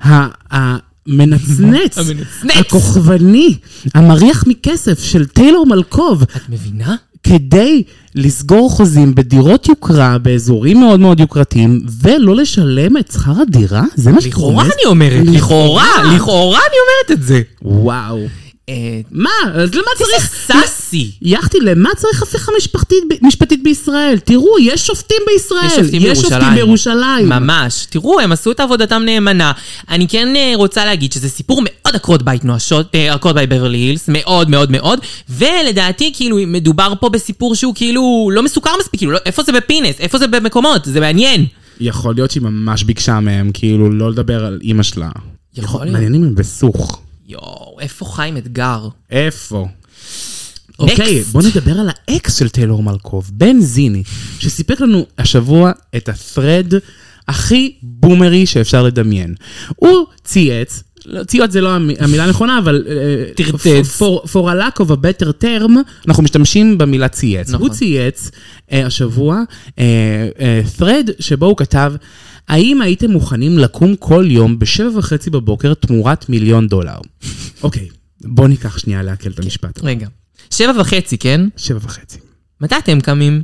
המנצנץ, הכוכבני, המריח מכסף של טיילור מלקוב. את מבינה? כדי לסגור חוזים בדירות יוקרה, באזורים מאוד מאוד יוקרתיים, ולא לשלם את שכר הדירה? זה מה שקורה? לכאורה אני אומרת, לכאורה, לכאורה אני אומרת את זה. וואו. מה? אז למה צריך... ססי. יחתי, למה צריך הפיכה משפטית בישראל? תראו, יש שופטים בישראל. יש שופטים בירושלים. ממש. תראו, הם עשו את עבודתם נאמנה. אני כן רוצה להגיד שזה סיפור מאוד עקרות בית נואשות, עקרות בית בברלי הילס, מאוד מאוד מאוד, ולדעתי כאילו מדובר פה בסיפור שהוא כאילו לא מסוכר מספיק, כאילו איפה זה בפינס, איפה זה במקומות, זה מעניין. יכול להיות שהיא ממש ביקשה מהם, כאילו לא לדבר על אמא שלה. יכול להיות. מעניינים הם בסוך. יואו, איפה חיים אתגר? איפה? אוקיי, בוא נדבר על האקס של טיילור מלקוב, בן זיני, שסיפק לנו השבוע את הפרד הכי בומרי שאפשר לדמיין. הוא צייץ, צייץ זה לא המילה הנכונה, אבל... תרצץ. For a lack of a better term, אנחנו משתמשים במילה צייץ. הוא צייץ השבוע, thread שבו הוא כתב, האם הייתם מוכנים לקום כל יום בשבע וחצי בבוקר תמורת מיליון דולר? אוקיי, בוא ניקח שנייה להקל את המשפט. רגע, שבע וחצי, כן? שבע וחצי. מתי אתם קמים?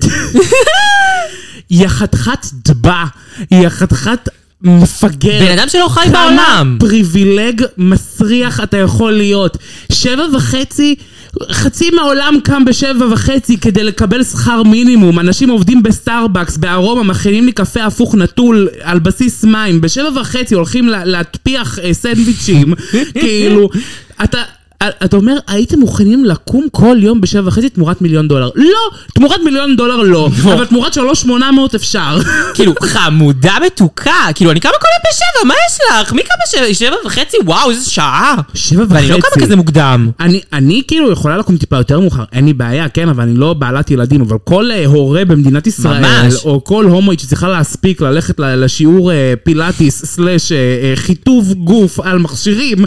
היא חתיכת דבא, היא חתיכת מפגר. בן אדם שלא חי בעולם. כמה פריבילג מסריח אתה יכול להיות. שבע וחצי... חצי מהעולם קם בשבע וחצי כדי לקבל שכר מינימום. אנשים עובדים בסטארבקס, בארומה, מכינים לי קפה הפוך נטול על בסיס מים. בשבע וחצי הולכים להטפיח סנדוויצ'ים. כאילו, אתה... אתה אומר, הייתם מוכנים לקום כל יום בשבע וחצי תמורת מיליון דולר? לא! תמורת מיליון דולר לא. אבל תמורת שלוש שמונה מאות אפשר. כאילו, חמודה מתוקה. כאילו, אני כמה כל יום בשבע, מה יש לך? מי כמה שבע? שבע וחצי? וואו, איזה שעה. שבע וחצי. ואני לא כמה כזה מוקדם. אני, אני כאילו יכולה לקום טיפה יותר מאוחר. אין לי בעיה, כן, אבל אני לא בעלת ילדים. אבל כל הורה במדינת ישראל, ממש. או כל הומואית שצריכה להספיק ללכת לשיעור פילאטיס סלש חיטוב גוף על מכשירים,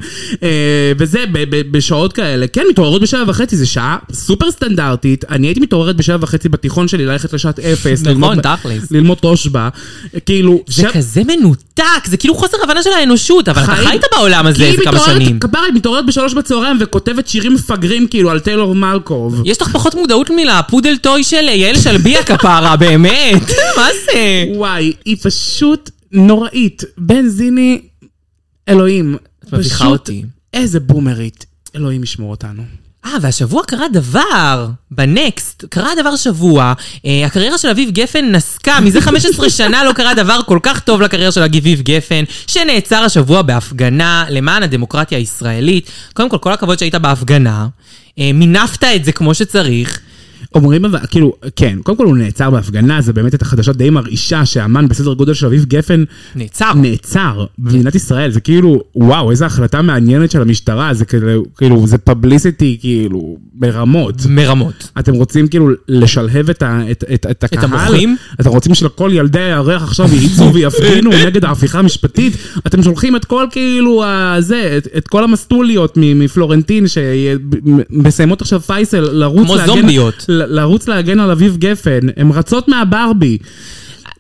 וזה שעות כאלה, כן, מתעוררות בשבע וחצי, זה שעה סופר סטנדרטית, אני הייתי מתעוררת בשבע וחצי בתיכון שלי, ללכת לשעת אפס, נכון, תכלס. ללמוד תושבע, כאילו... זה כזה מנותק, זה כאילו חוסר הבנה של האנושות, אבל אתה חיית בעולם הזה איזה כמה שנים. כפרה, היא מתעוררת בשלוש בצהריים, וכותבת שירים מפגרים, כאילו, על טיילור מלקוב. יש לך פחות מודעות מילה, פודל טוי של יעל שלביה כפרה, באמת, מה זה? וואי, היא פשוט נוראית, בן זיני, אלוהים, פשוט, איזה בומרית. אלוהים ישמור אותנו. אה, והשבוע קרה דבר, בנקסט, קרה דבר שבוע, אה, הקריירה של אביב גפן נסקה, מזה חמש עשרה שנה לא קרה דבר כל כך טוב לקריירה של אביב גפן, שנעצר השבוע בהפגנה למען הדמוקרטיה הישראלית. קודם כל, כל הכבוד שהיית בהפגנה, אה, מינפת את זה כמו שצריך, אומרים, כאילו, כן, קודם כל הוא נעצר בהפגנה, זה באמת את החדשה די מרעישה שהאמן בסדר גודל של אביב גפן נעצר. נעצר במדינת ישראל, זה כאילו, וואו, איזו החלטה מעניינת של המשטרה, זה כאילו, זה פבליסיטי, כאילו, ברמות. מרמות. אתם רוצים כאילו לשלהב את, ה, את, את, את הקהל? את המוחים? אתם רוצים שלכל ילדי הירח עכשיו ייצאו ויפגינו נגד ההפיכה המשפטית? אתם שולחים את כל כאילו, הזה, את, את כל המסטוליות מפלורנטין, שמסיימות עכשיו פייסל, לרוץ כמו זומביות. לרוץ להגן על אביב גפן, הם רצות מהברבי.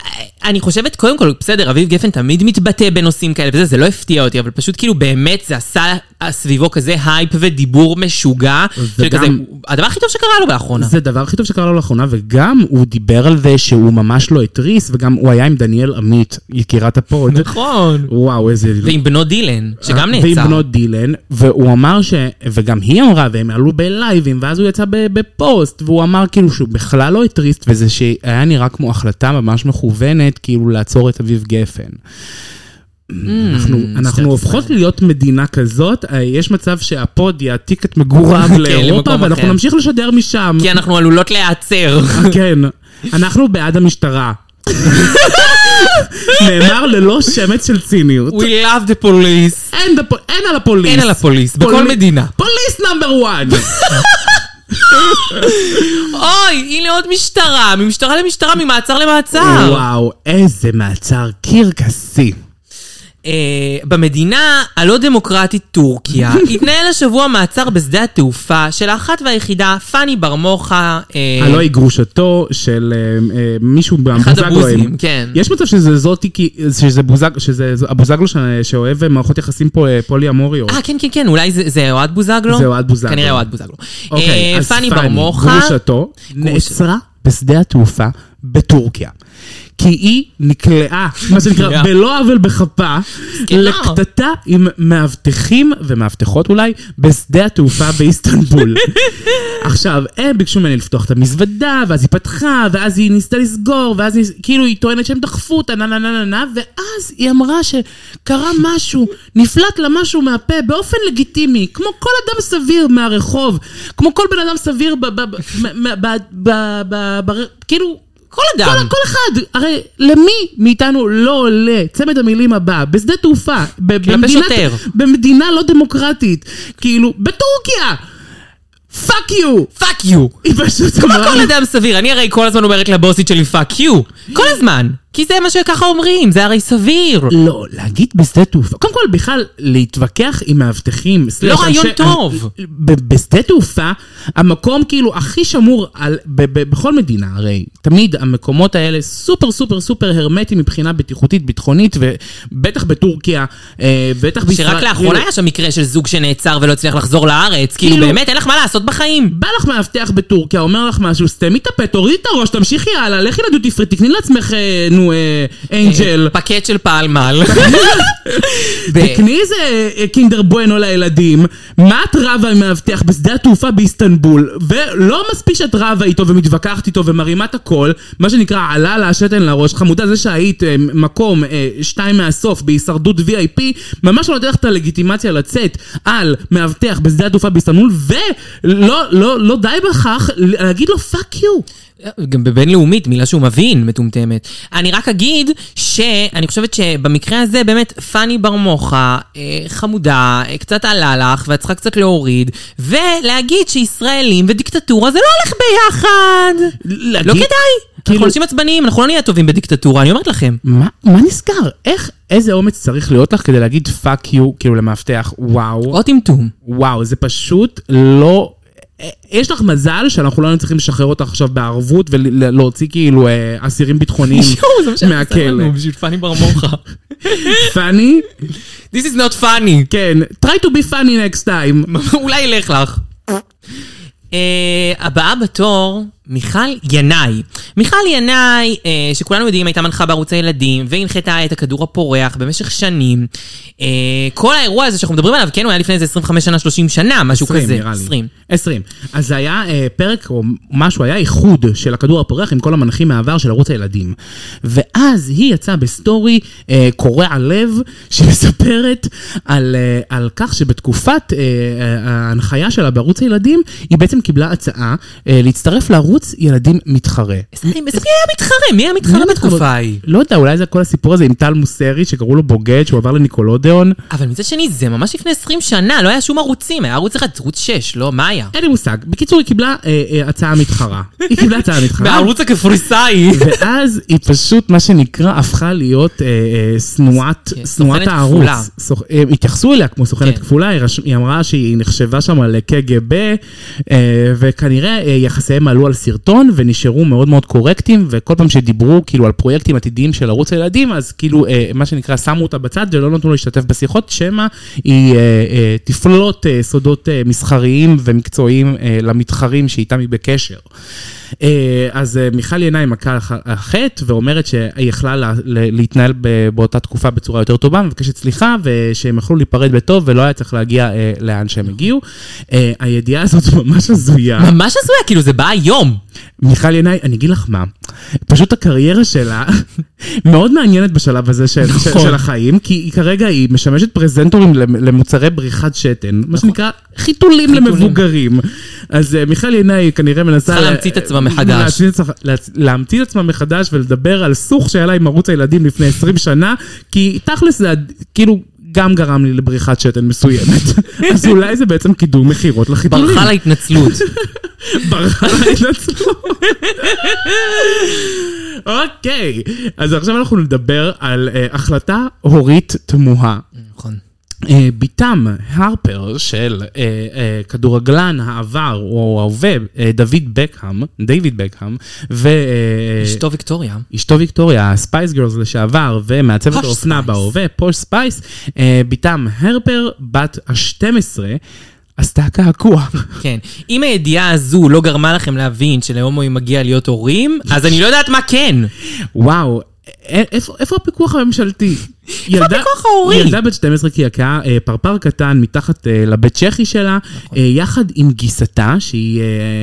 אני חושבת, קודם כל, בסדר, אביב גפן תמיד מתבטא בנושאים כאלה וזה, זה לא הפתיע אותי, אבל פשוט כאילו באמת זה עשה סביבו כזה הייפ ודיבור משוגע, של כזה, הדבר הכי טוב שקרה לו לאחרונה. זה הדבר הכי טוב שקרה לו לאחרונה, וגם הוא דיבר על זה שהוא ממש לא התריס, וגם הוא היה עם דניאל עמית, יקירת הפוד. נכון. וואו, איזה... ועם בנו דילן, שגם נעצר. ועם בנו דילן, והוא אמר ש... וגם היא אמרה, והם עלו בלייבים, ואז הוא יצא בפוסט, והוא אמר כאילו שהוא בכלל לא התריס, וזה שהיה נראה כמו החלטה ממש מכוונת, כאילו לעצור את אביב גפן. אנחנו, אנחנו הופכות להיות מדינה כזאת, יש מצב שהפוד יעתיק את מגוריו לאירופה, ואנחנו נמשיך לשדר משם. כי אנחנו עלולות להיעצר. כן, אנחנו בעד המשטרה. נאמר ללא שמץ של ציניות. We love the police. אין על הפוליס. אין על הפוליס, בכל מדינה. פוליס נאמבר וואן. אוי, הנה עוד משטרה, ממשטרה למשטרה, ממעצר למעצר. וואו, איזה מעצר קרקסי. במדינה הלא דמוקרטית טורקיה התנהל השבוע מעצר בשדה התעופה של האחת והיחידה פאני ברמוחה, הלא היא גרושתו של מישהו מהבוזגלואים. יש מצב שזה זאתי, שזה הבוזגלו שאוהב מערכות יחסים פולי אמוריות. אה כן כן כן, אולי זה אוהד בוזגלו? זה אוהד בוזגלו. כנראה אוהד בוזגלו. אוקיי, אז פאני ברמוחה גרושתו נעצרה בשדה התעופה בטורקיה. כי היא נקלעה, מה שנקרא, בלא עוול בכפה, לקטטה עם מאבטחים ומאבטחות אולי, בשדה התעופה באיסטנבול. עכשיו, הם ביקשו ממני לפתוח את המזוודה, ואז היא פתחה, ואז היא ניסתה לסגור, ואז כאילו היא טוענת שהם דחפו אותה, נה נה נה נה, ואז היא אמרה שקרה משהו, נפלט לה משהו מהפה, באופן לגיטימי, כמו כל אדם סביר מהרחוב, כמו כל בן אדם סביר, כאילו, כל אדם. כל, כל אחד. הרי למי מאיתנו לא עולה צמד המילים הבא, בשדה תעופה, במדינת, במדינה לא דמוקרטית, כאילו, בטורקיה. פאק יו! פאק יו! היא פשוט כמו כל אדם סביר, אני הרי כל הזמן אומרת לבוסית שלי פאק יו. כל הזמן. כי זה מה שככה אומרים, זה הרי סביר. לא, להגיד בשדה תעופה. קודם כל, בכלל, להתווכח עם מאבטחים. לא רעיון טוב. בשדה תעופה, המקום כאילו הכי שמור בכל מדינה, הרי תמיד המקומות האלה סופר סופר סופר הרמטיים מבחינה בטיחותית, ביטחונית, ובטח בטורקיה, בטח בישראל. שרק לאחרונה היה שם מקרה של זוג שנעצר ולא הצליח לחזור לארץ. כאילו באמת, אין לך מה לעשות בחיים. בא לך מאבטח בטורקיה, אומר לך משהו, סתמי את הפה, תוריד את הראש, תמשיכי הלאה, לכי לדוטי פרי, תקני לעצמך נו, אנג'ל. פקט של פעלמל. תקני איזה קינדר בואנו לילדים. מה את רבה עם מאבטח בשדה התעופה באיסטנבול, ולא מספיק שאת רבה איתו ומתווכחת איתו ומרימה את הכל, מה שנקרא עלה לה השתן לראש, חמודה זה שהיית מקום שתיים מהסוף בהישרדות וי איי פי, ממש לא נותן לך את הלגיטימציה לצאת על מאבטח בשדה התעופה באיסטנבול, ולא לא, לא די בכך להגיד לו פאק יו. גם בבינלאומית, מילה שהוא מבין, מטומטמת. אני רק אגיד שאני חושבת שבמקרה הזה באמת פאני ברמוחה, חמודה, קצת עלה לך, ואת צריכה קצת להוריד, ולהגיד שישראלים ודיקטטורה זה לא הולך ביחד. לא כדאי. אנחנו אנשים עצבניים, אנחנו לא נהיה טובים בדיקטטורה, אני אומרת לכם. מה נסגר? איך, איזה אומץ צריך להיות לך כדי להגיד פאק יו, כאילו למאבטח, וואו. או טמטום. וואו, זה פשוט לא... יש לך מזל שאנחנו לא צריכים לשחרר אותך עכשיו בערבות ולהוציא כאילו אסירים ביטחוניים מהכלא. בשביל פאני ברמוחה. פאני? This is not funny. כן, try to be funny next time. אולי ילך לך. הבאה בתור, מיכל ינאי. מיכל ינאי, שכולנו יודעים, הייתה מנחה בערוץ הילדים, והנחתה את הכדור הפורח במשך שנים. כל האירוע הזה שאנחנו מדברים עליו, כן, הוא היה לפני איזה עשרים וחמש שנה, שלושים שנה, משהו כזה. עשרים. עשרים. אז זה היה פרק או משהו, היה איחוד של הכדור הפורח עם כל המנחים מהעבר של ערוץ הילדים. ואז היא יצאה בסטורי קורע לב, שמספרת על, על כך שבתקופת ההנחיה שלה בערוץ הילדים, היא בעצם קיבלה הצעה להצטרף לערוץ ילדים מתחרה. מי היה מתחרה? מי היה מתחרה בתקופה ההיא? לא יודע, אולי זה כל הסיפור הזה עם טל מוסרי, שקראו לו בוגד, שהוא עבר לניקולודיון. אבל מצד שני, זה ממש לפני עשרים שנה, לא היה שום ערוצים, היה ערוץ אחד, ערוץ שש, לא? מה היה? אין לי מושג. בקיצור, היא קיבלה הצעה מתחרה. היא קיבלה הצעה מתחרה. מהערוץ הקפריסאי. ואז היא פשוט, מה שנקרא, הפכה להיות סנועת הערוץ. התייחסו אליה כמו סוכנת כפולה, היא אמרה שהיא נחשבה שם לקג"ב, וכנראה יחסיהם עלו על בסרטון, ונשארו מאוד מאוד קורקטים, וכל פעם שדיברו כאילו על פרויקטים עתידיים של ערוץ הילדים, אז כאילו מה שנקרא שמו אותה בצד, ולא נתנו להשתתף בשיחות, שמה היא תפלוט סודות מסחריים ומקצועיים למתחרים שאיתם היא בקשר. אז מיכל ינאי מכה החטא, ואומרת שהיא יכלה להתנהל באותה תקופה בצורה יותר טובה, מבקשת סליחה, ושהם יכלו להיפרד בטוב, ולא היה צריך להגיע לאן שהם הגיעו. הידיעה הזאת ממש הזויה. ממש הזויה, כאילו זה בא היום. מיכל ינאי, אני אגיד לך מה, פשוט הקריירה שלה מאוד מעניינת בשלב הזה של, של, של החיים, כי היא כרגע היא משמשת פרזנטורים למוצרי בריחת שתן, מה שנקרא חיתולים, חיתולים למבוגרים. אז uh, מיכל ינאי כנראה מנסה... צריכה להמציא את עצמה מחדש. להמציא את עצמה מחדש ולדבר על סוך שהיה לה עם ערוץ הילדים לפני עשרים שנה, כי תכלס זה כאילו... גם גרם לי לבריחת שתן מסוימת. אז אולי זה בעצם קידום מחירות לחיתולים. ברכה להתנצלות. ברכה להתנצלות. אוקיי, אז עכשיו אנחנו נדבר על uh, החלטה הורית תמוהה. נכון. Uh, ביתם הרפר של uh, uh, כדורגלן העבר או ההווה, uh, דוד בקהאם, דיוויד בקהאם, ו... Uh, אשתו ויקטוריה. אשתו ויקטוריה, ספייס גרלס לשעבר, ומעצבת האופנה בהווה, פוש ספייס, uh, ביתם הרפר, בת ה-שתים עשרה, עשתה קעקוע. כן. אם הידיעה הזו לא גרמה לכם להבין שלהומואים מגיע להיות הורים, אז אני לא יודעת מה כן. וואו. איפה, איפה הפיקוח הממשלתי? איפה הפיקוח ההורי? ילדה בת שתים עשרה קעקעה פרפר קטן מתחת לבית צ'כי שלה, נכון. יחד עם גיסתה, שהיא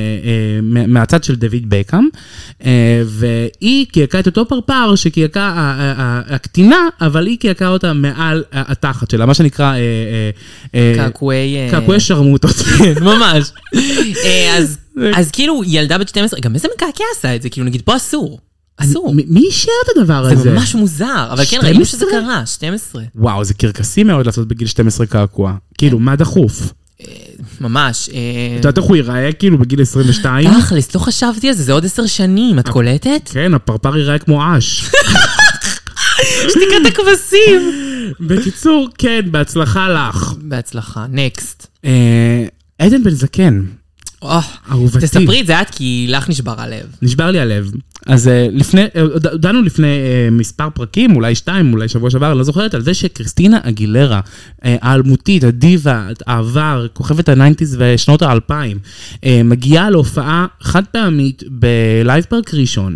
מהצד של דוד בקהאם, והיא קעקעה את אותו פרפר שקעקעה הקטינה, אבל היא קעקעה אותה מעל התחת שלה, מה שנקרא קעקועי שרמוטות. ממש. אז, אז כאילו ילדה בת שתים עשרה, גם איזה מקעקע עשה את זה? כאילו נגיד פה אסור. אסור. מי אישר את הדבר הזה? זה ממש מוזר, אבל כן, ראינו שזה קרה, שתים עשרה. וואו, זה קרקסי מאוד לעשות בגיל שתים עשרה קעקוע. כאילו, מה דחוף? ממש. אתה יודעת איך הוא ייראה כאילו בגיל עשרים ושתיים? תכלס, לא חשבתי על זה, זה עוד עשר שנים, את קולטת? כן, הפרפר ייראה כמו אש. שתיקת הכבשים. בקיצור, כן, בהצלחה לך. בהצלחה, נקסט. עדן בן זקן. אהובתי. תספרי את זה את, כי לך נשבר הלב. נשבר לי הלב. אז לפני, דנו לפני מספר פרקים, אולי שתיים, אולי שבוע שעבר, לא זוכרת, על זה שקריסטינה אגילרה, האלמותית, הדיבה, העבר, כוכבת ה-תשעים ושנות ה-אלפיים, מגיעה להופעה חד פעמית בלייב פארק ראשון,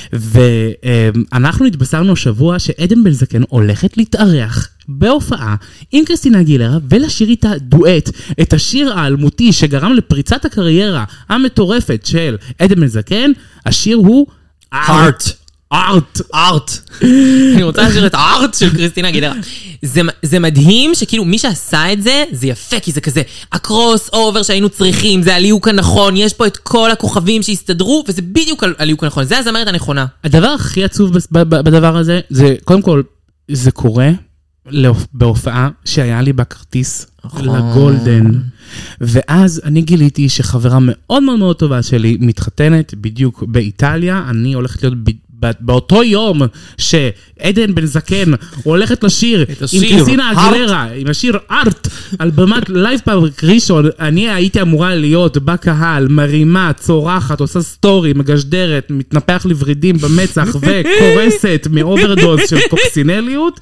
ואנחנו התבשרנו השבוע שעדן בן זקן הולכת להתארח בהופעה עם קריסטינה אגילרה, ולשיר איתה דואט, את השיר האלמותי שגרם לפריצת הקריירה המטורפת של עדן בן זקן, השיר הוא ארט. ארט. ארט. אני רוצה לשיר את הארט של קריסטינה אגילרה. זה, זה מדהים שכאילו מי שעשה את זה, זה יפה, כי זה כזה הקרוס אובר שהיינו צריכים, זה הליהוק הנכון, יש פה את כל הכוכבים שהסתדרו, וזה בדיוק הליהוק הנכון, זה הזמרת הנכונה. הדבר הכי עצוב בדבר הזה, זה קודם כל, זה קורה בהופעה שהיה לי בכרטיס לגולדן, ואז אני גיליתי שחברה מאוד מאוד מאוד טובה שלי מתחתנת בדיוק באיטליה, אני הולכת להיות באותו יום שעדן בן זקן הולכת לשיר עם קריסטינה אגילרה, עם השיר ארט, על במת לייב פארק ראשון, אני הייתי אמורה להיות בקהל, מרימה, צורחת, עושה סטורי, מגשדרת, מתנפח לברידים במצח וקורסת מאוברדוז של קוקסינליות.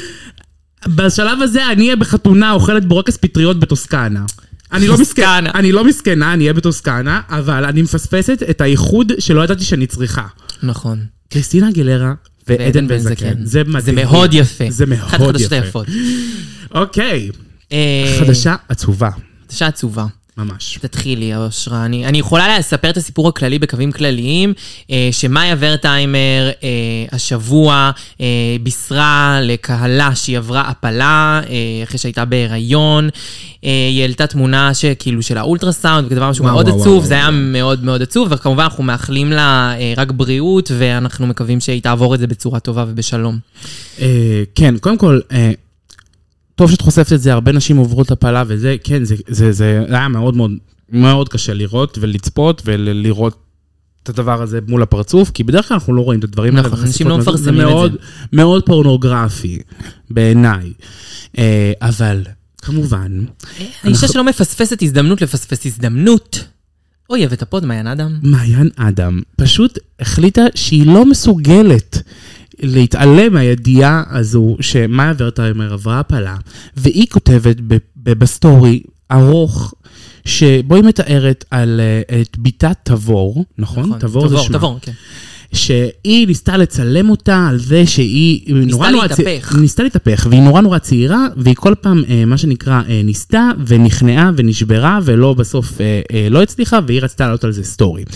בשלב הזה אני אהיה בחתונה אוכלת בורקס פטריות בטוסקנה. אני לא מסכנה, אני לא מסכנה, אני אהיה בטוסקנה, אבל אני מפספסת את הייחוד שלא ידעתי שאני צריכה. נכון. קריסטינה אגילרה ועדן בן זקן. זה מדהים. זה מאוד יפה. זה מאוד יפה. אוקיי. חדשה עצובה. חדשה עצובה. ממש. תתחילי, אושרה. אני, אני יכולה לספר את הסיפור הכללי בקווים כלליים, אה, שמאיה ורטהיימר אה, השבוע אה, בישרה לקהלה שהיא עברה הפלה, אה, אחרי שהייתה בהיריון, אה, היא העלתה תמונה שכאילו של האולטרסאונד, וכדבר משהו מאוד וואו, עצוב, וואו, זה וואו. היה מאוד מאוד עצוב, וכמובן אנחנו מאחלים לה אה, רק בריאות, ואנחנו מקווים שהיא תעבור את זה בצורה טובה ובשלום. אה, כן, קודם כל... אה... טוב שאת חושפת את זה, הרבה נשים עוברות הפלה וזה, כן, זה, זה, זה היה מאוד מאוד, מאוד קשה לראות ולצפות ולראות את הדבר הזה מול הפרצוף, כי בדרך כלל אנחנו לא רואים את הדברים האלה. נכון, אנשים לא מפרסמים את זה. מאוד פורנוגרפי בעיניי, אבל כמובן... האישה שלא מפספסת הזדמנות לפספס הזדמנות, אויבת הפוד, מעיין אדם. מעיין אדם פשוט החליטה שהיא לא מסוגלת להתעלם מהידיעה הזו שמאיה ורטהיימר עברה הפלה, והיא כותבת בסטורי ארוך, שבו היא מתארת על את ביתה תבור, נכון? נכון, תבור זה שמה. תבור, כן. שהיא ניסתה לצלם אותה על זה שהיא ניסתה להתהפך. צ... ניסתה להתהפך, והיא נורא נורא צעירה, והיא כל פעם, אה, מה שנקרא, אה, ניסתה ונכנעה ונשברה, ולא בסוף אה, אה, לא הצליחה, והיא רצתה לעלות על זה סטורי.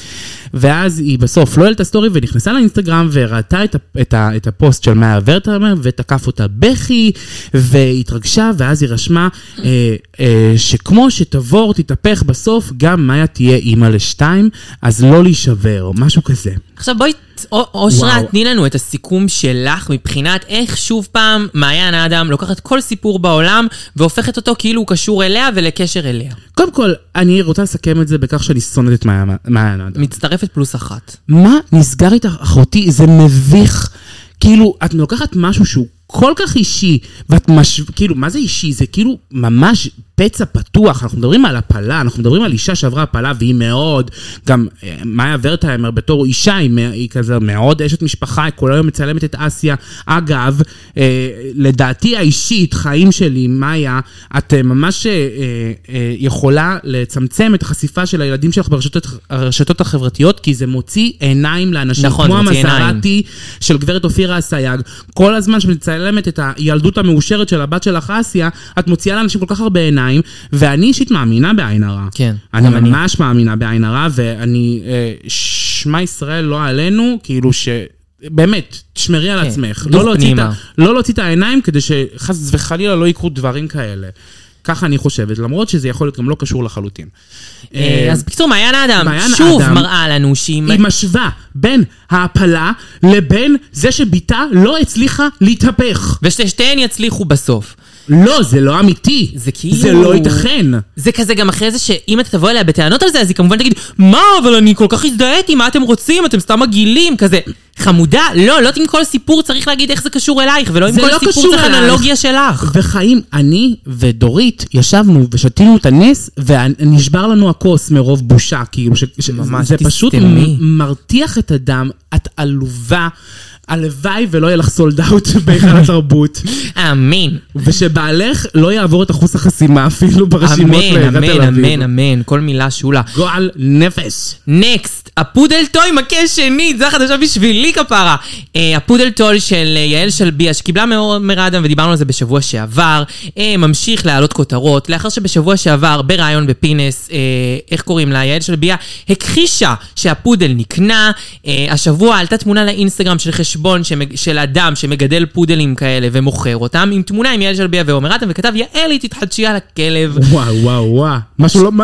ואז היא בסוף לא העלתה סטורי, ונכנסה לאינסטגרם, וראתה את, את, את הפוסט של מאיה ורטהיימר, ותקף אותה בכי, והתרגשה, ואז היא רשמה, אה, אה, שכמו שתבור תתהפך בסוף, גם מאיה תהיה אימא לשתיים, אז לא להישבר, משהו כזה. עכשיו בואי, אושרה, תני לנו את הסיכום שלך מבחינת איך שוב פעם מעיין אדם לוקחת כל סיפור בעולם והופכת אותו כאילו הוא קשור אליה ולקשר אליה. קודם כל, אני רוצה לסכם את זה בכך שאני שונאת את מעיין אדם. מצטרפת פלוס אחת. מה נסגר איתך, אחותי? זה מביך. כאילו, את לוקחת משהו שהוא כל כך אישי, ואת מש... כאילו, מה זה אישי? זה כאילו ממש פצע פתוח. אנחנו מדברים על הפלה, אנחנו מדברים על אישה שעברה הפלה, והיא מאוד, גם מאיה ורטהיימר בתור אישה, היא, היא כזה מאוד אשת משפחה, היא כל היום מצלמת את אסיה. אגב, אה, לדעתי האישית, חיים שלי, מאיה, את אה, ממש אה, אה, יכולה לצמצם את החשיפה של הילדים שלך ברשתות, הרשתות החברתיות, כי זה מוציא עיניים לאנשים, נכון, כמו המזרתי של גברת אופירה אסייג. כל הזמן שמצלמת את הילדות המאושרת של הבת שלך אסיה, את מוציאה לאנשים כל כך הרבה עיניים, ואני אישית מאמינה בעין הרע. כן. אני ממש אני. מאמינה בעין הרע, ואני, שמה ישראל לא עלינו, כאילו ש... באמת, תשמרי על עצמך. לא להוציא, את, לא להוציא את העיניים, כדי שחס וחלילה לא יקרו דברים כאלה. ככה אני חושבת, למרות שזה יכול להיות גם לא קשור לחלוטין. אז בקצור, מעיין אדם, שוב מראה לנו שהיא... היא משווה בין ההפלה לבין זה שביתה לא הצליחה להתהפך. וששתיהן יצליחו בסוף. לא, זה לא אמיתי. זה כאילו... זה לא ייתכן. זה כזה גם אחרי זה שאם אתה תבוא אליה בטענות על זה, אז היא כמובן תגיד, מה, אבל אני כל כך הזדהיתי, מה אתם רוצים? אתם סתם מגעילים, כזה. חמודה, לא, לא עם כל סיפור צריך להגיד איך זה קשור אלייך, ולא עם כל לא סיפור צריך אנלוגיה שלך. וחיים, אני ודורית ישבנו ושתינו את הנס, ונשבר לנו הכוס מרוב בושה, כאילו, ש... זה פשוט מרתיח את הדם, את עלובה, הלוואי ולא יהיה לך סולד אאוט בהיכל התרבות. אמן. ושבעלך לא יעבור את אחוז החסימה אפילו ברשימות לעיריית תל אביב. אמן, אמן, אמן, כל מילה שולה. גועל נפש. נקסט, הפודל טוי מכה שנית, זה החדשה בשבילי כפרה. הפודל טוי של יעל שלביה, שקיבלה מרדם ודיברנו על זה בשבוע שעבר, ממשיך להעלות כותרות, לאחר שבשבוע שעבר ברעיון בפינס, איך קוראים לה, יעל שלביה, הכחישה שהפודל נקנה, השבוע עלתה תמונה לאינסטגרם של חשבון של אדם שמגדל פודלים כאלה ומוכר אותם, עם תמונה עם יעל שלביה ועומר אדם, וכתב, יעלי תתחדשי על הכלב. וואו, וואו, וואו. משהו לא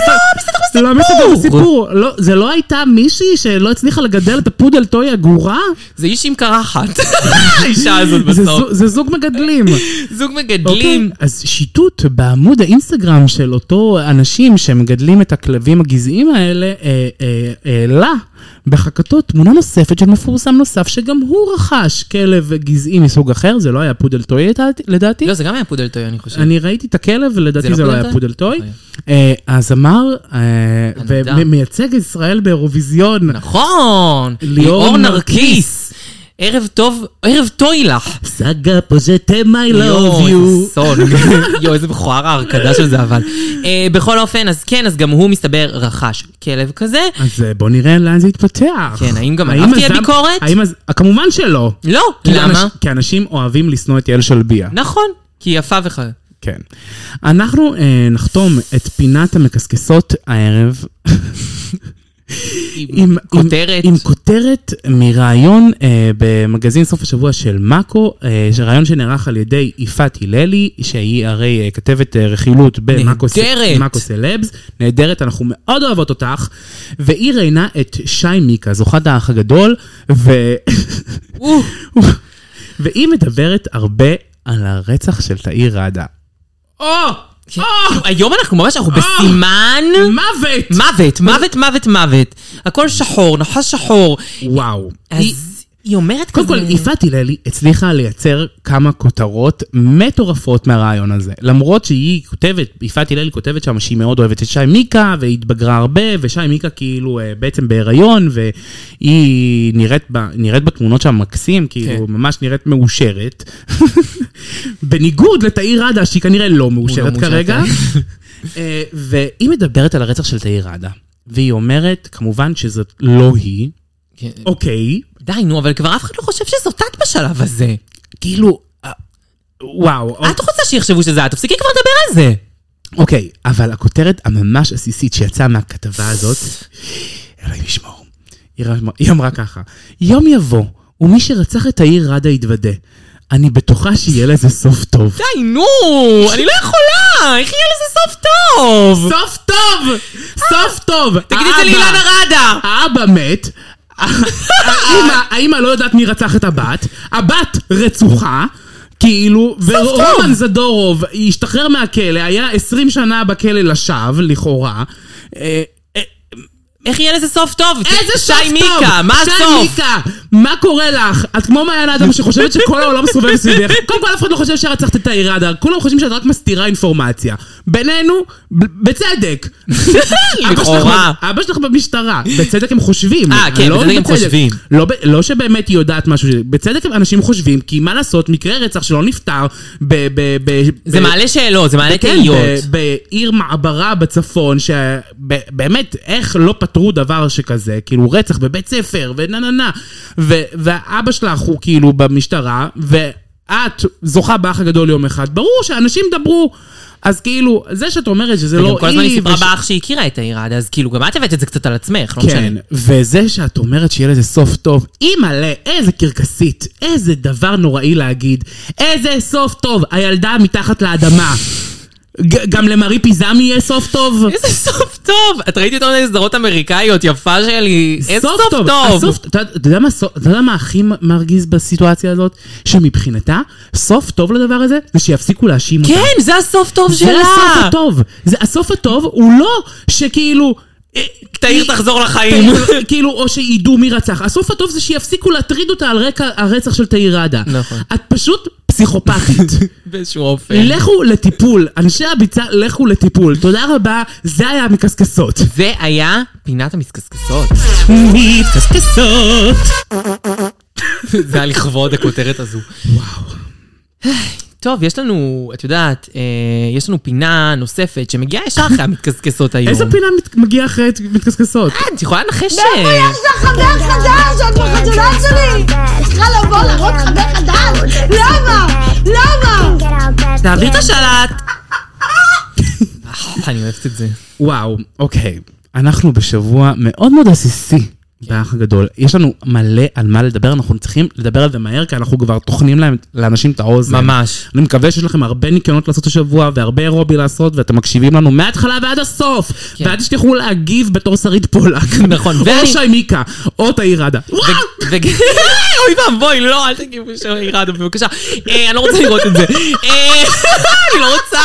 מסתדר בסיפור. זה לא הייתה מישהי שלא הצליחה לגדל את הפודל טוי הגורה? זה איש עם קרחת. האישה הזאת בסוף. זה זוג מגדלים. זוג מגדלים. אז שיטוט בעמוד האינסטגרם של אותו אנשים שמגדלים את הכלבים הגזעיים האלה, העלה בחכתו תמונה נוספת של מפורסם נוסף, שגם הוא רכש כלב גזעי מסוג אחר, זה לא היה פודל טוי לדעתי. לא, זה גם היה פודל טוי, אני חושב. אני ראיתי את הכלב, ולדעתי זה לא היה פודל טוי. אז אמר, ומייצג ישראל באירוויזיון. נכון, ליאור נרקיס. ערב טוב, ערב טוי לך. סגה פוז'טמה, I love you. יו, איזה סון. יו, איזה בכוער ההרכדה של זה, אבל. בכל אופן, אז כן, אז גם הוא מסתבר רכש כלב כזה. אז בוא נראה לאן זה יתפתח. כן, האם גם עליו תהיה ביקורת? כמובן שלא. לא, למה? כי אנשים אוהבים לשנוא את יעל שלביה. נכון, כי היא יפה וחיה. כן. אנחנו נחתום את פינת המקסקסות הערב. עם כותרת. עם כותרת מרעיון במגזין סוף השבוע של מאקו, רעיון שנערך על ידי יפעת הללי, שהיא הרי כתבת רכילות במאקו סלבס, נהדרת, אנחנו מאוד אוהבות אותך, והיא ראיינה את שי מיקה, זוכת האח הגדול, והיא מדברת הרבה על הרצח של תאיר ראדה. או! היום אנחנו ממש, אנחנו בסימן מוות! מוות, מוות, מוות, מוות. הכל שחור, נחש שחור. וואו. אז היא אומרת קודם כזה... כל, יפעת הללי הצליחה לייצר כמה כותרות מטורפות מהרעיון הזה. למרות שהיא כותבת, יפעת הללי כותבת שם שהיא מאוד אוהבת את שי מיקה, והיא התבגרה הרבה, ושי מיקה כאילו בעצם בהיריון, והיא נראית, ב, נראית בתמונות שם מקסים, כאילו כן. ממש נראית מאושרת. בניגוד לתאיר ראדה, שהיא כנראה לא מאושרת לא כרגע. והיא מדברת על הרצח של תאיר ראדה. והיא אומרת, כמובן שזאת לא היא. כן. אוקיי. די, נו, אבל כבר אף אחד לא חושב שזאת את בשלב הזה. כאילו, וואו. את רוצה שיחשבו שזה את, תפסיקי כבר לדבר על זה. אוקיי, אבל הכותרת הממש עסיסית שיצאה מהכתבה הזאת, אלוהים ישמור. היא אמרה ככה, יום יבוא, ומי שרצח את העיר ראדה יתוודה. אני בטוחה שיהיה לזה סוף טוב. די, נו, אני לא יכולה, איך יהיה לזה סוף טוב? סוף טוב! סוף טוב! תגידי זה לאילנה ראדה. האבא מת, האמא לא יודעת מי רצח את הבת, הבת רצוחה, כאילו, ורומן זדורוב השתחרר מהכלא, היה עשרים שנה בכלא לשווא, לכאורה, איך יהיה לזה סוף טוב? איזה סוף טוב? שי מיקה, מה הסוף? שי מיקה, מה קורה לך? את כמו מעיין אדם שחושבת שכל העולם סובב סביבך. קודם כל אף אחד לא חושב שרצחת את העיר ראדה, כולם חושבים שאת רק מסתירה אינפורמציה. בינינו, בצדק. לכאורה. אבא שלך במשטרה, בצדק הם חושבים. אה, כן, בצדק הם חושבים. לא שבאמת היא יודעת משהו, בצדק אנשים חושבים, כי מה לעשות, מקרה רצח שלא נפטר זה מעלה שאלות, זה מעלה תהיות. בעיר מעברה בצפון, שבאמת, איך לא פתרו דבר שכזה, כאילו רצח בבית ספר, ונננה, והאבא שלך הוא כאילו במשטרה, ואת זוכה באח הגדול יום אחד, ברור שאנשים דברו, אז כאילו, זה שאת אומרת שזה לא היא... וגם כל הזמן היא סיפרה באח שהיא הכירה את העיר ראדה, אז כאילו, גם את הבאת את זה קצת על עצמך, לא משנה. כן, וזה שאת אומרת שיהיה לזה סוף טוב, אימא'לה, איזה קרקסית, איזה דבר נוראי להגיד, איזה סוף טוב, הילדה מתחת לאדמה. גם למרי פיזמי יהיה סוף טוב. איזה סוף טוב. את ראיתי אותו סדרות אמריקאיות, יפה שלי. איזה סוף טוב. אתה יודע מה הכי מרגיז בסיטואציה הזאת? שמבחינתה, סוף טוב לדבר הזה, זה שיפסיקו להאשים אותה. כן, זה הסוף טוב שלה. זה הסוף הטוב. הסוף הטוב הוא לא שכאילו... תאיר תחזור לחיים. כאילו, או שידעו מי רצח. הסוף הטוב זה שיפסיקו להטריד אותה על רקע הרצח של תאיר ראדה. נכון. את פשוט פסיכופתית. באיזשהו אופן. לכו לטיפול. אנשי הביצה, לכו לטיפול. תודה רבה. זה היה המקסקסות. זה היה פינת המתקסקסות. מתקסקסות. זה היה לכבוד הכותרת הזו. וואו. טוב, יש לנו, את יודעת, אה, יש לנו פינה נוספת שמגיעה ישר אחרי המתקסקסות היום. איזה פינה מת, מגיעה אחרי מתקסקסות? אה, את יכולה לנחש... מאיפה יש לך חבר חדש? את בחתונה שלי! צריכה לבוא לראות חבר חדש! למה? למה? תעביר את השלט! אני אוהבת את זה. וואו, אוקיי. אנחנו בשבוע מאוד מאוד עסיסי. באח הגדול. יש לנו מלא על מה לדבר, אנחנו צריכים לדבר על זה מהר, כי אנחנו כבר תוכנים להם, לאנשים את האוזן. ממש. אני מקווה שיש לכם הרבה ניקיונות לעשות השבוע, והרבה אירובי לעשות, ואתם מקשיבים לנו מההתחלה ועד הסוף. כן. ועד שתוכלו להגיב בתור שרית פולק. נכון. או ואני... שי מיקה, או תאיר ראדה. ו... ו... אוי ואבוי, לא, אל תגיבו שי ראדה, בבקשה. אני לא רוצה לראות את זה. אני לא רוצה.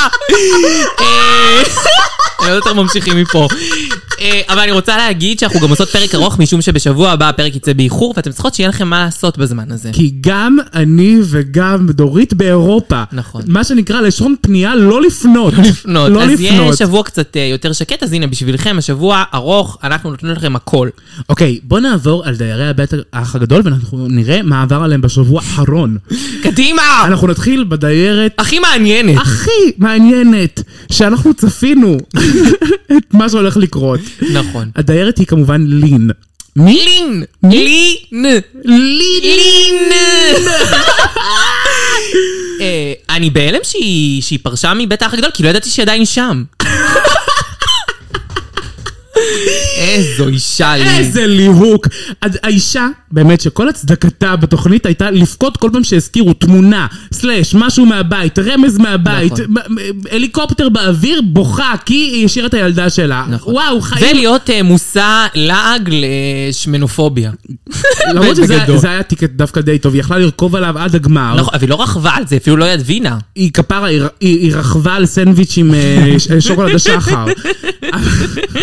אני לא יותר ממשיכים מפה. אבל אני רוצה להגיד שאנחנו גם עושות פרק ארוך, משום שבשבוע הבא הפרק יצא באיחור, ואתם צריכות שיהיה לכם מה לעשות בזמן הזה. כי גם אני וגם דורית באירופה, נכון. מה שנקרא לשון פנייה, לא לפנות. לא לפנות. לא אז לפנות. יהיה שבוע קצת יותר שקט, אז הנה, בשבילכם, השבוע ארוך, אנחנו נותנים לכם הכל. אוקיי, בוא נעבור על דיירי הבית האח הגדול, ואנחנו נראה מה עבר עליהם בשבוע האחרון. קדימה! אנחנו נתחיל בדיירת... הכי מעניינת. הכי מעניינת, שאנחנו צפינו את מה שהולך לקרות. נכון. הדיירת היא כמובן לין. מי? לין. לין. לין. אני בהלם שהיא פרשה מבית האח הגדול, כי לא ידעתי שהיא עדיין שם. איזו אישה לי. איזה ליהוק. האישה, באמת שכל הצדקתה בתוכנית הייתה לפקוד כל פעם שהזכירו תמונה, סלש, משהו מהבית, רמז מהבית, הליקופטר באוויר, בוכה, כי היא השאירה את הילדה שלה. וואו, חיים. ולהיות מושא לעג לשמנופוביה. למרות שזה היה טיקט דווקא די טוב, היא יכלה לרכוב עליו עד הגמר. אבל היא לא רכבה על זה, אפילו לא ידבינה. היא כפרה, היא רכבה על סנדוויץ' עם שוקולד השחר.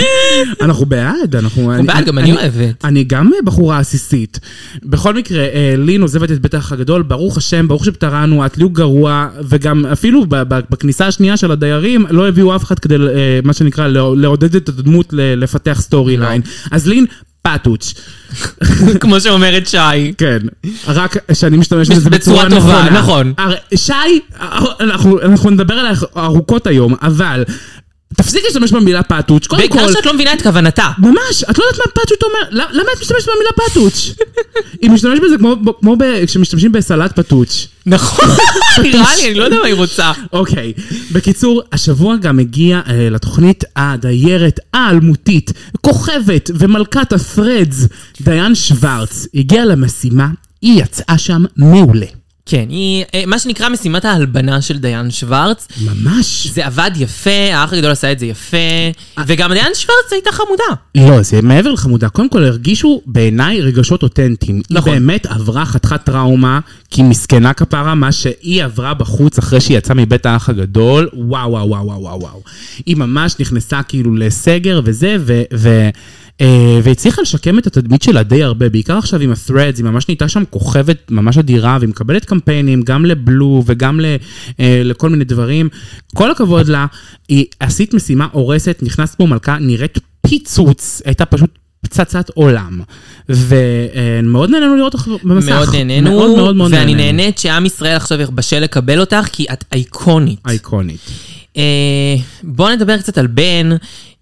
אנחנו בעד, אנחנו... אנחנו בעד, גם אני אוהבת. אני גם בחורה עסיסית. בכל מקרה, לין עוזבת את בית האח הגדול, ברוך השם, ברוך שפטרנו, התליוג גרוע, וגם אפילו בכניסה השנייה של הדיירים, לא הביאו אף אחד כדי, מה שנקרא, לעודד את הדמות לפתח סטורי ליין. אז לין... פאטוץ'. כמו שאומרת שי. כן. רק שאני משתמש בזה בצורה טובה, נכון. שי, אנחנו נדבר עליה ארוכות היום, אבל תפסיק להשתמש במילה פאטוץ'. בעיקר שאת לא מבינה את כוונתה. ממש, את לא יודעת מה פאטוץ' אומר. למה את משתמשת במילה פאטוץ'? היא משתמשת בזה כמו כשמשתמשים בסלט פאטוץ'. נכון, נראה לי, אני לא יודע מה היא רוצה. אוקיי, בקיצור, השבוע גם הגיע לתוכנית הדיירת האלמותית, כוכבת ומלכת הפרדס, דיין שוורץ, הגיעה למשימה, היא יצאה שם מעולה. כן, היא, מה שנקרא משימת ההלבנה של דיין שוורץ. ממש. זה עבד יפה, האח הגדול עשה את זה יפה, וגם דיין שוורץ הייתה חמודה. לא, זה מעבר לחמודה. קודם כל הרגישו בעיניי רגשות אותנטיים. נכון. היא באמת עברה חתיכת טראומה, כי מסכנה כפרה, מה שהיא עברה בחוץ אחרי שהיא יצאה מבית האח הגדול, וואו, וואו, וואו, וואו, וואו. היא ממש נכנסה כאילו לסגר וזה, ו... ו והצליחה לשקם את התדמית שלה די הרבה, בעיקר עכשיו עם ה-threads, היא ממש נהייתה שם כוכבת ממש אדירה, והיא מקבלת קמפיינים, גם לבלו וגם לכל מיני דברים. כל הכבוד לה, היא עשית משימה הורסת, נכנסת פה מלכה, נראית פיצוץ, הייתה פשוט פצצת עולם. ומאוד נהנינו לראות אותך במסך. מאוד נהנינו, מאוד מאוד מאוד ואני נהנית שעם ישראל עכשיו בשל לקבל אותך, כי את אייקונית. אייקונית. בואו נדבר קצת על בן.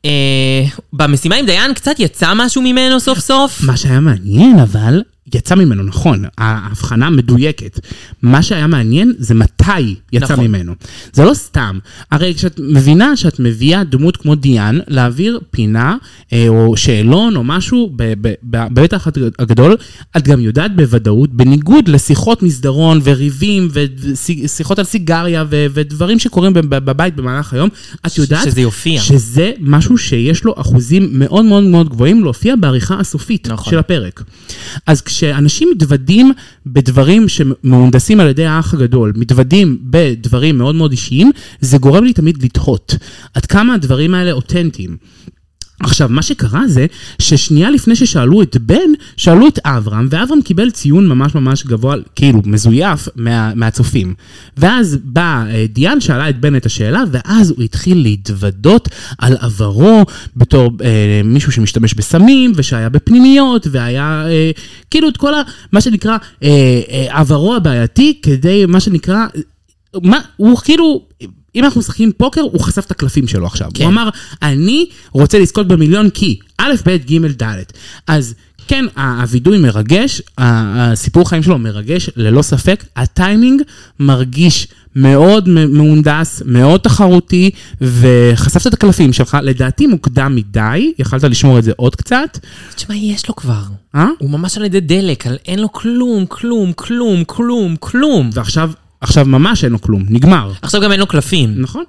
במשימה עם דיין קצת יצא משהו ממנו סוף סוף. מה שהיה מעניין אבל יצא ממנו, נכון, ההבחנה מדויקת. מה שהיה מעניין זה מתי יצא נכון. ממנו. זה לא סתם. הרי כשאת מבינה שאת מביאה דמות כמו דיין, להעביר פינה או שאלון או משהו בבית האח הגדול, את גם יודעת בוודאות, בניגוד לשיחות מסדרון וריבים ושיחות על סיגריה ודברים שקורים בבית במהלך היום, את יודעת שזה יופיע. שזה משהו שיש לו אחוזים מאוד מאוד מאוד גבוהים להופיע בעריכה הסופית נכון. של הפרק. אז כשאנשים מתוודים בדברים שמהונדסים על ידי האח הגדול, מתוודים בדברים מאוד מאוד אישיים, זה גורם לי תמיד לתהות. עד כמה הדברים האלה אותנטיים. עכשיו, מה שקרה זה, ששנייה לפני ששאלו את בן, שאלו את אברהם, ואברהם קיבל ציון ממש ממש גבוה, כאילו מזויף מה, מהצופים. ואז בא דיין, שאלה את בן את השאלה, ואז הוא התחיל להתוודות על עברו, בתור אה, מישהו שמשתמש בסמים, ושהיה בפנימיות, והיה אה, כאילו את כל ה, מה שנקרא אה, אה, עברו הבעייתי, כדי מה שנקרא, מה, הוא כאילו... אם אנחנו משחקים פוקר, הוא חשף את הקלפים שלו עכשיו. כן. הוא אמר, אני רוצה לזכות במיליון כי, א', ב', ג', ד'. אז כן, הווידוי מרגש, הסיפור חיים שלו מרגש, ללא ספק. הטיימינג מרגיש מאוד מהונדס, מאוד תחרותי, וחשפת את הקלפים שלך. לדעתי מוקדם מדי, יכלת לשמור את זה עוד קצת. תשמע, יש לו כבר. אה? הוא ממש על ידי דלק, אין לו כלום, כלום, כלום, כלום, כלום. ועכשיו... עכשיו ממש אין לו כלום, נגמר. עכשיו גם אין לו קלפים. נכון.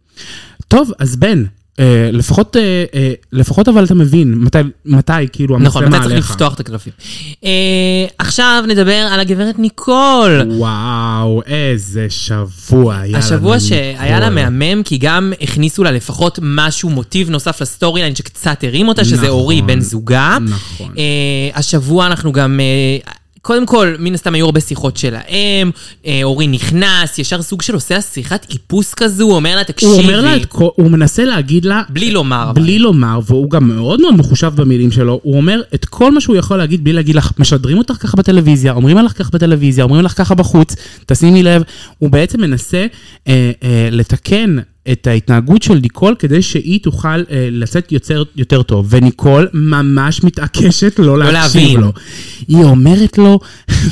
טוב, אז בן, אה, לפחות, אה, אה, לפחות אבל אתה מבין, מתי, מתי כאילו המצלמה נכון, עליך. מתי צריך לפתוח את הקלפים. אה, עכשיו נדבר על הגברת ניקול. וואו, איזה שבוע היה לה. השבוע שהיה לה מהמם, כי גם הכניסו לה לפחות משהו, מוטיב נוסף לסטורי ליין שקצת הרים אותה, שזה נכון, אורי בן זוגה. נכון. אה, השבוע אנחנו גם... אה, קודם כל, מן הסתם היו הרבה שיחות שלהם, אורי נכנס, ישר סוג של עושה שיחת איפוס כזו, הוא אומר לה, תקשיבי. הוא אומר לה, הוא מנסה להגיד לה... בלי לומר. בלי לומר, והוא גם מאוד מאוד מחושב במילים שלו, הוא אומר את כל מה שהוא יכול להגיד, בלי להגיד לך, משדרים אותך ככה בטלוויזיה, אומרים לך ככה בטלוויזיה, אומרים לך ככה בחוץ, תשימי לב, הוא בעצם מנסה אה, אה, לתקן את ההתנהגות של ניקול, כדי שהיא תוכל אה, לצאת יותר, יותר טוב. וניקול ממש מתעקשת לא, לא להקשיב להבין. לו. היא אומרת לו,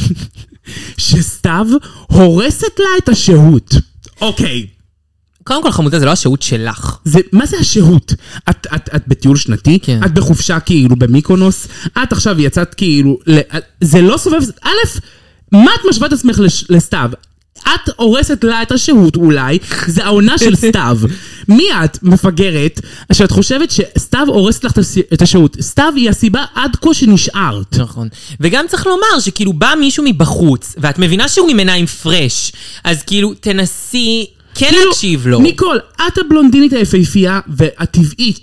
שסתיו הורסת לה את השהות. אוקיי. קודם כל, חמודה, זה לא השהות שלך. זה, מה זה השהות? את, את, את בטיול שנתי? כן. את בחופשה כאילו במיקונוס? את עכשיו יצאת כאילו... זה לא סובב... א', מה את משווה את עצמך לסתיו? את הורסת לה את השהות אולי, זה העונה של סתיו. מי את מפגרת שאת חושבת שסתיו הורסת לך את השהות? סתיו היא הסיבה עד כה שנשארת. נכון. וגם צריך לומר שכאילו בא מישהו מבחוץ, ואת מבינה שהוא עם עיניים פרש, אז כאילו תנסי כן להקשיב לו. ניקול, את הבלונדינית היפהפייה והטבעית,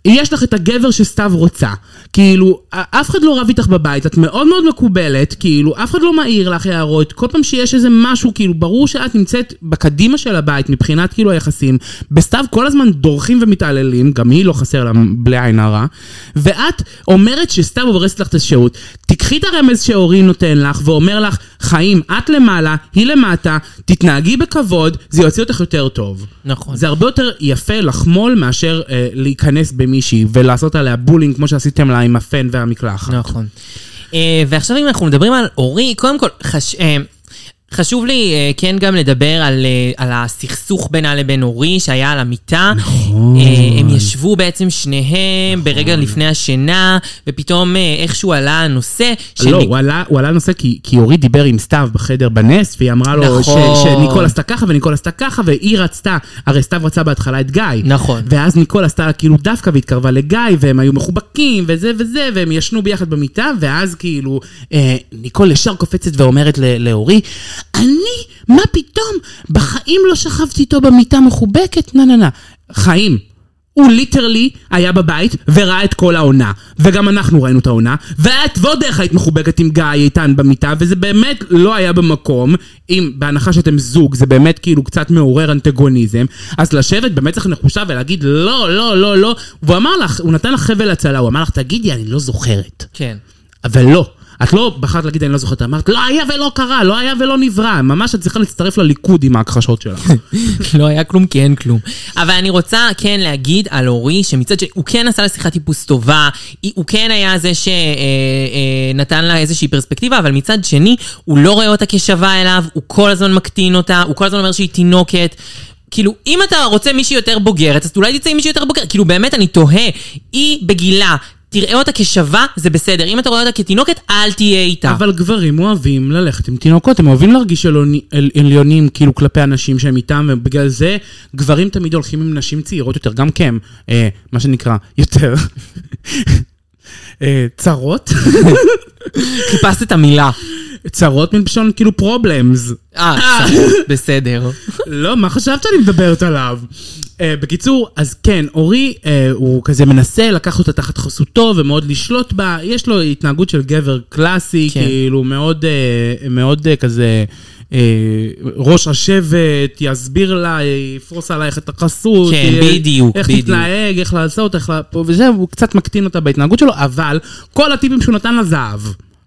יש לך את הגבר שסתיו רוצה. כאילו, אף אחד לא רב איתך בבית, את מאוד מאוד מקובלת, כאילו, אף אחד לא מעיר לך הערות, כל פעם שיש איזה משהו, כאילו, ברור שאת נמצאת בקדימה של הבית, מבחינת כאילו היחסים, בסתיו כל הזמן דורכים ומתעללים, גם היא לא חסר לה בלי עין הרע, ואת אומרת שסתיו הורסת לך את השהות, תקחי את הרמז שאורי נותן לך, ואומר לך, חיים, את למעלה, היא למטה, תתנהגי בכבוד, זה יוציא אותך יותר טוב. נכון. זה הרבה יותר יפה לחמול מאשר אה, להיכנס במישהי, ולעשות עליה בולינג, כמו שעשיתם לה עם הפן והמקלחת. נכון. אה, ועכשיו אם אנחנו מדברים על אורי, קודם כל, חש... אה, חשוב לי כן גם לדבר על, על הסכסוך בינה לבין אורי שהיה על המיטה. נכון. הם ישבו בעצם שניהם נכון. ברגע לפני השינה, ופתאום איכשהו עלה הנושא. לא, שני... הוא, עלה, הוא עלה הנושא כי, כי אורי דיבר עם סתיו בחדר בנס, והיא אמרה לו נכון. ש, שניקול עשתה ככה וניקול עשתה ככה, והיא רצתה, הרי סתיו רצה בהתחלה את גיא. נכון. ואז ניקול עשתה כאילו דווקא והתקרבה לגיא, והם היו מחובקים וזה וזה, והם ישנו ביחד במיטה, ואז כאילו אה, ניקול ישר קופצת ואומרת לאורי, אני, מה פתאום? בחיים לא שכבתי איתו במיטה מחובקת? נה נה נה. חיים, הוא ליטרלי היה בבית וראה את כל העונה. וגם אנחנו ראינו את העונה. ואת ועוד איך היית מחובקת עם גיא איתן במיטה, וזה באמת לא היה במקום. אם בהנחה שאתם זוג, זה באמת כאילו קצת מעורר אנטגוניזם. אז לשבת באמת צריך נחושה ולהגיד לא, לא, לא, לא. והוא אמר לך, הוא נתן לך חבל הצלה, הוא אמר לך, תגידי, אני לא זוכרת. כן. אבל לא. את לא בחרת להגיד, אני לא זוכרת, אמרת, לא היה ולא קרה, לא היה ולא נברא, ממש את צריכה להצטרף לליכוד עם ההכחשות שלה. לא היה כלום כי אין כלום. אבל אני רוצה כן להגיד על אורי, שמצד שהוא כן עשה לה שיחת טיפוס טובה, הוא כן היה זה שנתן לה איזושהי פרספקטיבה, אבל מצד שני, הוא לא רואה אותה כשווה אליו, הוא כל הזמן מקטין אותה, הוא כל הזמן אומר שהיא תינוקת, כאילו, אם אתה רוצה מישהי יותר בוגרת, אז אולי תצא עם מישהי יותר בוגרת, כאילו באמת אני תוהה, היא בגילה, תראה אותה כשווה, זה בסדר. אם אתה רואה אותה כתינוקת, אל תהיה איתה. אבל גברים אוהבים ללכת עם תינוקות, הם אוהבים להרגיש עליונים כאילו כלפי אנשים שהם איתם, ובגלל זה גברים תמיד הולכים עם נשים צעירות יותר, גם כם, אה, מה שנקרא, יותר אה, צרות. חיפשת את המילה. צרות מלשון כאילו פרובלמס. אה, בסדר. לא, מה חשבת שאני מדברת עליו? בקיצור, אז כן, אורי הוא כזה מנסה לקח אותה תחת חסותו ומאוד לשלוט בה, יש לו התנהגות של גבר קלאסי, כאילו מאוד מאוד כזה ראש השבט, יסביר לה, יפרוס עלייך את החסות, כן, בדיוק, איך תתנהג, איך לעשות, איך פה וזה, הוא קצת מקטין אותה בהתנהגות שלו, אבל כל הטיפים שהוא נתן לה זהב.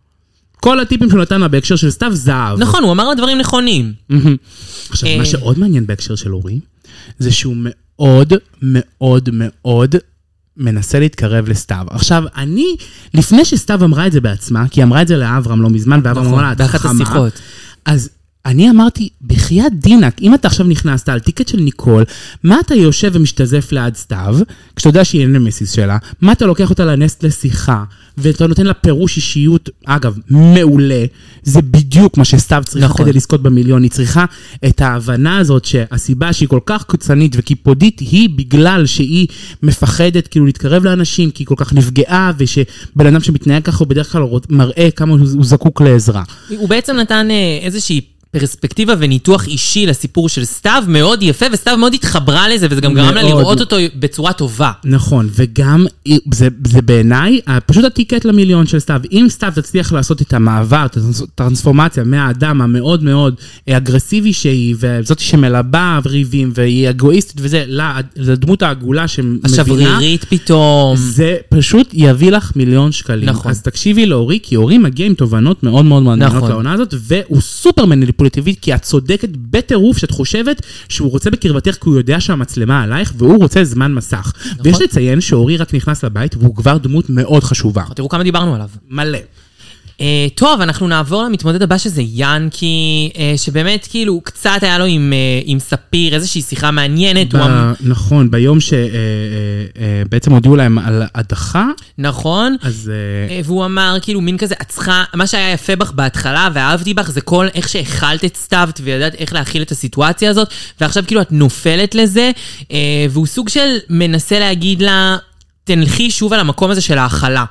כל הטיפים שהוא נתן לה בהקשר של סתיו זהב. נכון, הוא אמר לה דברים נכונים. עכשיו, מה שעוד מעניין בהקשר של אורי, זה שהוא מאוד מאוד מאוד מנסה להתקרב לסתיו. עכשיו, אני, לפני שסתיו אמרה את זה בעצמה, כי היא אמרה את זה לאברהם לא מזמן, ואברהם אמרה לה, את חכמה. אז אני אמרתי, בחייאת דינק, אם אתה עכשיו נכנסת על טיקט של ניקול, מה אתה יושב ומשתזף ליד סתיו, כשאתה יודע שהיא הנמסיס שלה, מה אתה לוקח אותה לנסט לשיחה, ואתה נותן לה פירוש אישיות, אגב, מעולה, זה בדיוק מה שסתיו צריכה נכון. כדי לזכות במיליון, היא צריכה את ההבנה הזאת שהסיבה שהיא כל כך קוצנית וקיפודית, היא בגלל שהיא מפחדת כאילו להתקרב לאנשים, כי היא כל כך נפגעה, ושבן אדם שמתנהג ככה הוא בדרך כלל מראה כמה הוא זקוק לעזרה. הוא בעצם נתן איזושהי פרספקטיבה וניתוח אישי לסיפור של סתיו מאוד יפה, וסתיו מאוד התחברה לזה, וזה גם גרם לה לראות אותו בצורה טובה. נכון, וגם זה, זה בעיניי, פשוט הטיקט למיליון של סתיו, אם סתיו תצליח לעשות את המעבר, את הטרנספורמציה מהאדם המאוד מאוד אגרסיבי שהיא, וזאת שמלבה ריבים, והיא אגואיסטית וזה, לדמות העגולה שמבינה, השברירית פתאום. זה פשוט יביא לך מיליון שקלים. נכון. אז תקשיבי לאורי, כי אורי מגיע עם תובנות מאוד מאוד מעניינות נכון. לעונה הזאת, והוא סופר מניפולטיבי, כי את צודקת בטירוף שאת חושבת שהוא רוצה בקרבתך, כי הוא יודע שהמצלמה עלייך, והוא רוצה זמן מסך. נכון. ויש לציין שאורי רק נכנס לבית, והוא כבר דמות מאוד חשובה. תראו כמה דיברנו עליו. מלא. Uh, טוב, אנחנו נעבור למתמודד הבא שזה ינקי, uh, שבאמת כאילו קצת היה לו עם, uh, עם ספיר, איזושהי שיחה מעניינת. ב- הוא... נכון, ביום שבעצם uh, uh, uh, הודיעו להם על הדחה. נכון. אז... Uh, והוא אמר כאילו מין כזה, הצחה, מה שהיה יפה בך בהתחלה ואהבתי בך זה כל איך שהחלת את סתיו וידעת איך להכיל את הסיטואציה הזאת, ועכשיו כאילו את נופלת לזה, uh, והוא סוג של מנסה להגיד לה, תלכי שוב על המקום הזה של ההכלה.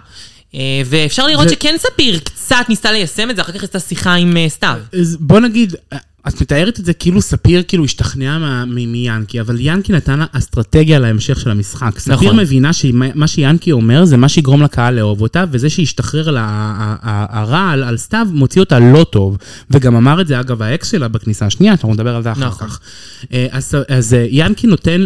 ואפשר לראות שכן ספיר קצת ניסתה ליישם את זה, אחר כך עשתה שיחה עם סתיו. בוא נגיד, את מתארת את זה כאילו ספיר כאילו השתכנע מיאנקי, אבל יאנקי נתן לה אסטרטגיה להמשך של המשחק. ספיר מבינה שמה שיאנקי אומר זה מה שיגרום לקהל לאהוב אותה, וזה שישתחרר לה הרעל על סתיו מוציא אותה לא טוב, וגם אמר את זה אגב האקס שלה בכניסה השנייה, אנחנו נדבר על זה אחר כך. אז יאנקי נותן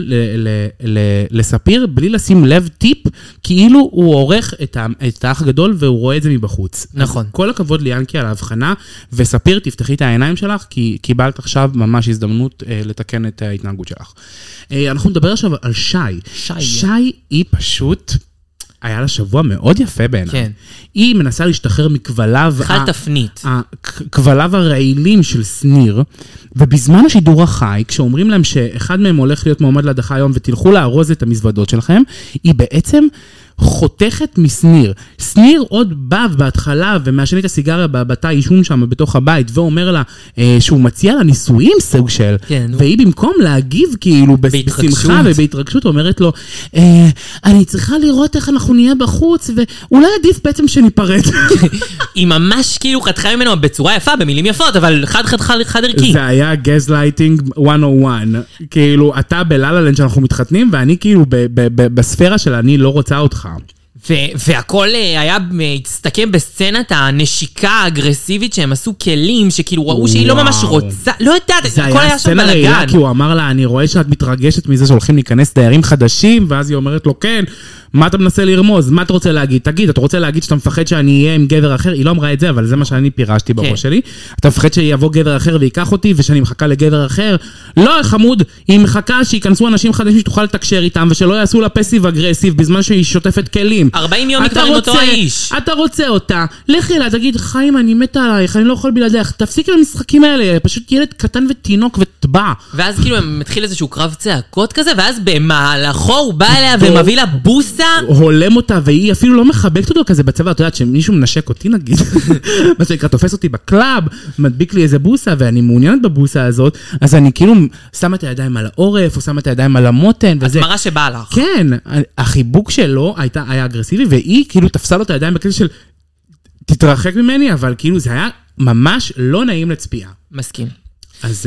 לספיר בלי לשים לב טיפ, כאילו הוא עורך את האח הגדול והוא רואה את זה מבחוץ. נכון. כל הכבוד ליאנקי על ההבחנה, וספיר תפתחי את העיניים שלך, כי קיבלת עכשיו ממש הזדמנות לתקן את ההתנהגות שלך. אנחנו נדבר עכשיו על שי. שי. שי היא פשוט... היה לה שבוע מאוד יפה בעיניי. כן. היא מנסה להשתחרר מכבליו... חל תפנית. כבליו הרעילים של סניר, ובזמן השידור החי, כשאומרים להם שאחד מהם הולך להיות מועמד להדחה היום, ותלכו לארוז את המזוודות שלכם, היא בעצם... חותכת מסניר. סניר עוד בא בהתחלה ומעשן את הסיגריה בתא אישון שם בתוך הבית, ואומר לה אה, שהוא מציע לה נישואים סוג של, כן, והיא במקום להגיב כאילו בשמחה ובהתרגשות אומרת לו, אה, אני צריכה לראות איך אנחנו נהיה בחוץ, ואולי עדיף בעצם שניפרד. היא ממש כאילו חתכה ממנו בצורה יפה, במילים יפות, אבל חד חד חד חד ערכי. זה היה גזלייטינג מאה ואחת. כאילו, אתה בללה-לנד שאנחנו מתחתנים, ואני כאילו בספירה של אני לא רוצה אותך. והכל היה הצטקם בסצנת הנשיקה האגרסיבית שהם עשו כלים, שכאילו ראו שהיא לא ממש רוצה, לא יודעת, הכל היה שם בלגן. זה היה סצנה, כי הוא אמר לה, אני רואה שאת מתרגשת מזה שהולכים להיכנס דיירים חדשים, ואז היא אומרת לו, כן, מה אתה מנסה לרמוז? מה אתה רוצה להגיד? תגיד, אתה רוצה להגיד שאתה מפחד שאני אהיה עם גבר אחר? היא לא אמרה את זה, אבל זה מה שאני פירשתי בראש שלי. אתה מפחד שיבוא גבר אחר ויקח אותי, ושאני מחכה לגבר אחר? לא, חמוד, היא מחכה שיכנסו אנשים חדשים שתוכל לתקשר איתם, ושלא יעשו לה פסיב אגרסיב בזמן שהיא שוטפת כלים. ארבעים יום מתארים אותו האיש. אתה רוצה אותה, לכי לה, תגיד, חיים, אני מתה עלייך, אני לא יכול בלעדיך, תפסיק למשחקים האלה, פשוט ילד קטן ותינוק וטבע. ואז כאילו מתחיל איזשהו קרב צעקות כזה, ואז במהלכו הוא בא אליה ומביא לה בוסה. הולם אותה, והיא אפילו לא מחבקת אותו כזה בצבא, אתה יודעת שמישהו מנשק אותי נגיד, מה שנקרא, תופס אותי בקלאב, מדביק לי איזה בוסה, ואני מעוניינת בבוסה הזאת, אז אני כאילו שם את הידיים על העורף, או שם את הידיים על המותן, וזה... אז מראה שבא לך. כן, החיבוק שלו הייתה, היה אגרסיבי, והיא כאילו תפסה לו את הידיים בקטע של, תתרחק ממני, אבל כאילו זה היה ממש לא נעים לצפייה. מסכים. אז...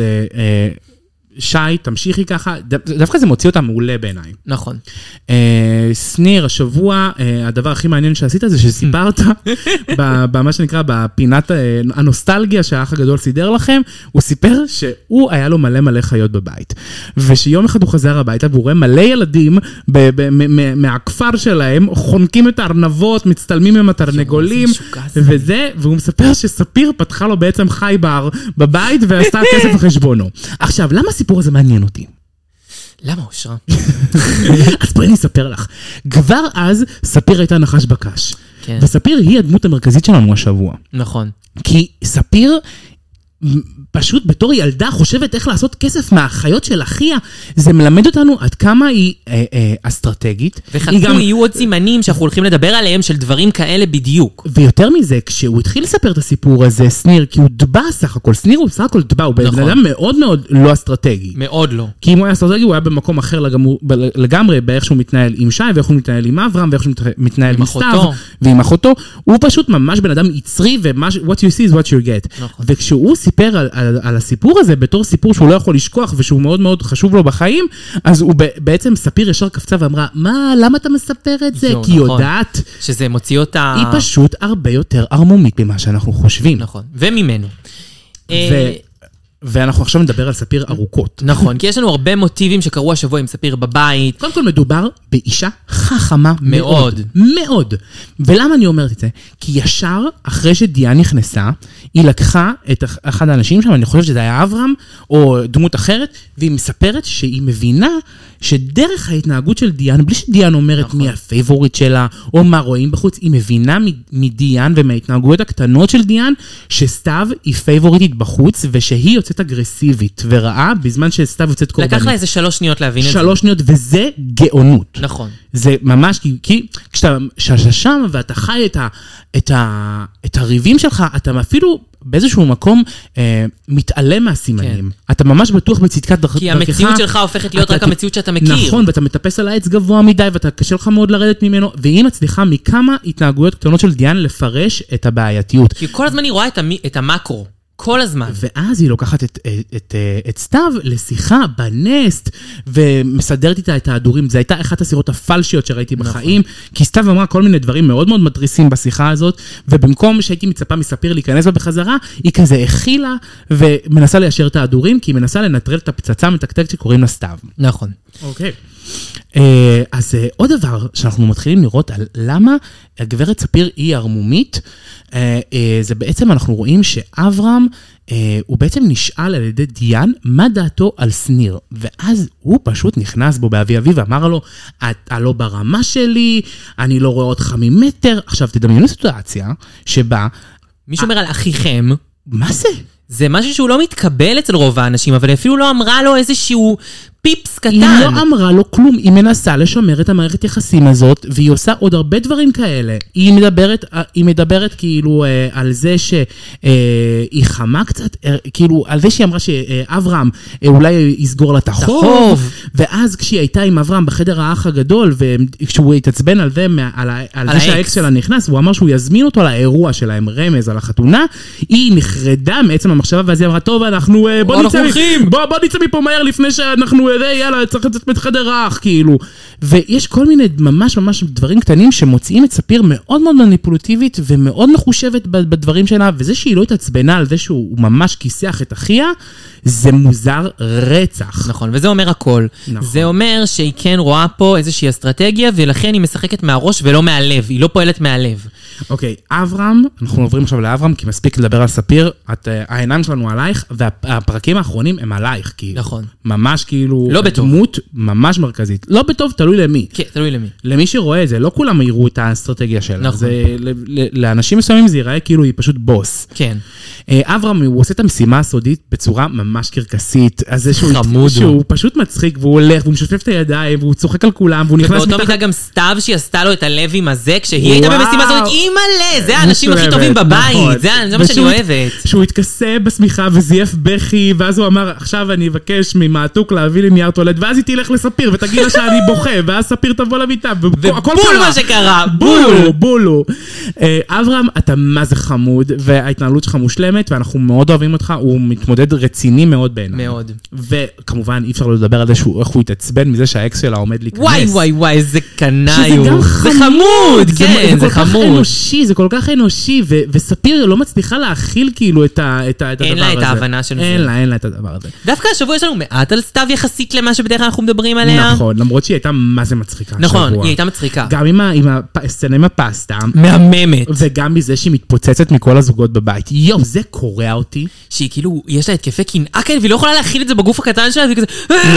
שי, תמשיכי ככה, דווקא זה מוציא אותה מעולה בעיניי. נכון. סניר, השבוע, הדבר הכי מעניין שעשית זה שסיפרת, במה שנקרא, בפינת הנוסטלגיה שהאח הגדול סידר לכם, הוא סיפר שהוא היה לו מלא מלא חיות בבית. ושיום אחד הוא חזר הביתה, והוא רואה מלא ילדים מהכפר שלהם, חונקים את הארנבות, מצטלמים עם התרנגולים, וזה, והוא מספר שספיר פתחה לו בעצם חי בר בבית, ועשתה כסף לחשבונו. עכשיו, למה הסיפור הזה מעניין אותי? למה, אושרה? אז בואי אני אספר לך. כבר אז ספיר הייתה נחש בקש. כן. וספיר היא הדמות המרכזית שלנו השבוע. נכון. כי ספיר... פשוט בתור ילדה חושבת איך לעשות כסף מהחיות של אחיה, זה מלמד אותנו עד כמה היא אה, אה, אסטרטגית. וחכו גם... יהיו עוד סימנים שאנחנו הולכים לדבר עליהם של דברים כאלה בדיוק. ויותר מזה, כשהוא התחיל לספר את הסיפור הזה, סניר, כי הוא דבא סך הכל, סניר הוא סך הכל דבא, הוא נכון. בן אדם מאוד מאוד לא אסטרטגי. מאוד לא. כי אם הוא היה אסטרטגי, הוא היה במקום אחר לגמרי, לגמרי, באיך שהוא מתנהל עם שי, ואיך הוא מתנהל עם אברהם, ואיך שהוא מתנהל עם סתיו, ועם אחותו. הוא פשוט ממש בן אדם יצרי, ו-what you see is what you get. נכון. וכשהוא סיפר על, על, על הסיפור הזה, בתור סיפור שהוא לא יכול לשכוח, ושהוא מאוד מאוד חשוב לו בחיים, אז הוא בעצם ספיר ישר קפצה ואמרה, מה, למה אתה מספר את זה? כי היא יודעת... שזה מוציא אותה... היא פשוט הרבה יותר ערמומית ממה שאנחנו חושבים. נכון, וממנו. ו... ואנחנו עכשיו נדבר על ספיר ארוכות. נכון, כי יש לנו הרבה מוטיבים שקרו השבוע עם ספיר בבית. קודם כל מדובר באישה חכמה מאוד. מאוד. ולמה אני אומרת את זה? כי ישר אחרי שדיאן נכנסה, היא לקחה את אחד האנשים שם, אני חושב שזה היה אברהם, או דמות אחרת, והיא מספרת שהיא מבינה שדרך ההתנהגות של דיאן, בלי שדיאן אומרת נכון. מי הפייבורית שלה, או מה רואים בחוץ, היא מבינה מדיאן ומההתנהגויות הקטנות של דיאן, שסתיו היא פייבוריטית בחוץ, ושהיא יוצאת אגרסיבית ורעה, בזמן שסתיו יוצאת קורבנית. לקח לה איזה שלוש שניות להבין את זה. שלוש שניות, וזה גאונות. נכון. זה ממש, כי, כי כשאתה שם ואתה חי את, ה, את, ה, את הריבים שלך, אתה אפילו באיזשהו מקום אה, מתעלם מהסימנים. כן. אתה ממש בטוח בצדקת דרכך. כי המציאות שלך הופכת להיות רק המציאות שאתה מכיר. נכון, ואתה מטפס על העץ גבוה מדי, ואתה קשה לך מאוד לרדת ממנו, והיא מצליחה מכמה התנהגויות קטנות של דיאן לפרש את הבעייתיות. כי כל הזמן היא רואה את, המ... את המקרו. כל הזמן. ואז היא לוקחת את, את, את, את סתיו לשיחה בנסט, ומסדרת איתה את ההדורים. זו הייתה אחת השיחות הפלשיות שראיתי בחיים, כי סתיו אמרה כל מיני דברים מאוד מאוד מטריסים בשיחה הזאת, ובמקום שהייתי מצפה מספיר להיכנס בה בחזרה, היא כזה הכילה, ומנסה ליישר את ההדורים, כי היא מנסה לנטרל את הפצצה מתקתקת שקוראים לה סתיו. נכון. אוקיי. אז עוד דבר שאנחנו מתחילים לראות על למה הגברת ספיר היא ערמומית, זה בעצם אנחנו רואים שאברהם הוא בעצם נשאל על ידי דיין מה דעתו על שניר, ואז הוא פשוט נכנס בו באבי אבי ואמר לו, אתה לא ברמה שלי, אני לא רואה אותך ממטר. עכשיו תדמיינו סיטואציה שבה מי שאומר על אחיכם, מה זה? זה משהו שהוא לא מתקבל אצל רוב האנשים, אבל אפילו לא אמרה לו איזשהו פיפס קטן. היא לא אמרה לו כלום, היא מנסה לשמר את המערכת יחסים הזאת, והיא עושה עוד הרבה דברים כאלה. היא מדברת, היא מדברת כאילו אה, על זה שהיא אה, חמה קצת, אה, כאילו על זה שהיא אמרה שאברהם אה, אולי יסגור לה את החוב, ואז כשהיא הייתה עם אברהם בחדר האח הגדול, וכשהוא התעצבן על זה, על, על, על זה שהאקס שלה נכנס, הוא אמר שהוא יזמין אותו לאירוע שלהם, רמז על החתונה, היא נחרדה מעצם המחשבה, ואז היא אמרה, טוב, אנחנו, אה, בוא נצא, בוא, בוא נצא מפה מהר לפני שאנחנו יאללה, צריך לצאת בחדר האח, כאילו. ויש כל מיני ממש ממש דברים קטנים שמוציאים את ספיר מאוד מאוד מניפולטיבית ומאוד מחושבת בדברים שלה, וזה שהיא לא התעצבנה על זה שהוא ממש כיסח את אחיה, זה מוזר רצח. נכון, וזה אומר הכל. נכון. זה אומר שהיא כן רואה פה איזושהי אסטרטגיה, ולכן היא משחקת מהראש ולא מהלב, היא לא פועלת מהלב. אוקיי, אברהם, אנחנו עוברים עכשיו לאברהם, כי מספיק לדבר על ספיר, את, העיניים שלנו עלייך, והפרקים האחרונים הם עלייך, כאילו. נכון. ממש כאילו, לא בטוב. דמות ממש מרכזית. לא בטוב, תלוי למי. כן, תלוי למי. למי שרואה את זה, לא כולם יראו את האסטרטגיה שלה. נכון. זה, לאנשים מסוימים זה ייראה כאילו היא פשוט בוס. כן. אברהם, הוא עושה את המשימה הסודית בצורה ממש קרקסית. אז זה שהוא, חמוד שהוא הוא. פשוט מצחיק, והוא הולך, והוא משופף את הידיים, והוא צוחק על כולם, והוא נכנס ובאותו מידה גם סתיו שהיא עשתה לו את הלב עם הזה, כשהיא הייתה במשימה הזאת, היא מלא, זה האנשים הכי טובים בבית, זה מה שאני אוהבת. שהוא התכסה בסמיכה וזייף בכי, ואז הוא אמר, עכשיו אני אבקש ממעתוק להביא לי נייר טואלט, ואז היא תלך לספיר ותגיד לה שאני בוכה, ואז ספיר תבוא למיטה, ובול מה שקרה, בולו, בולו. אברהם, אתה מה זה חמוד, וההתנהלות שלך מושלמת, ואנחנו מאוד אוהבים אותך, הוא מתמודד רציני מאוד בעיניי. מאוד. וכמובן, אי אפשר לדבר על זה איך הוא התעצבן מזה שהאקס שלה עומד להיכנס. וואי, וואי, וואי, זה קנאי. שזה גם זה חמוד, כן, זה חמוד. זה כל כך אנושי, זה כל כך אנושי, וספיר לא מצליחה להכיל כאילו את הדבר הזה. אין לה את ההבנה של זה. אין לה, אין לה את הדבר הזה. דווקא השבוע יש לנו מעט על סתיו יחסית למה שבדרך כלל אנחנו מדברים עליה. נכון, למרות שהיא הייתה מה זה מצחיקה. נכון, היא הייתה מצחיקה. גם עם הסצנה עם הפסטה. מהממת. וגם מזה שהיא מתפוצצת מכל הזוגות בבית. יום, זה קורע אותי. שהיא כאילו, יש לה התקפי קנאה כאלה, והיא לא יכולה להכיל את זה בגוף הקטן שלה, והיא כזה...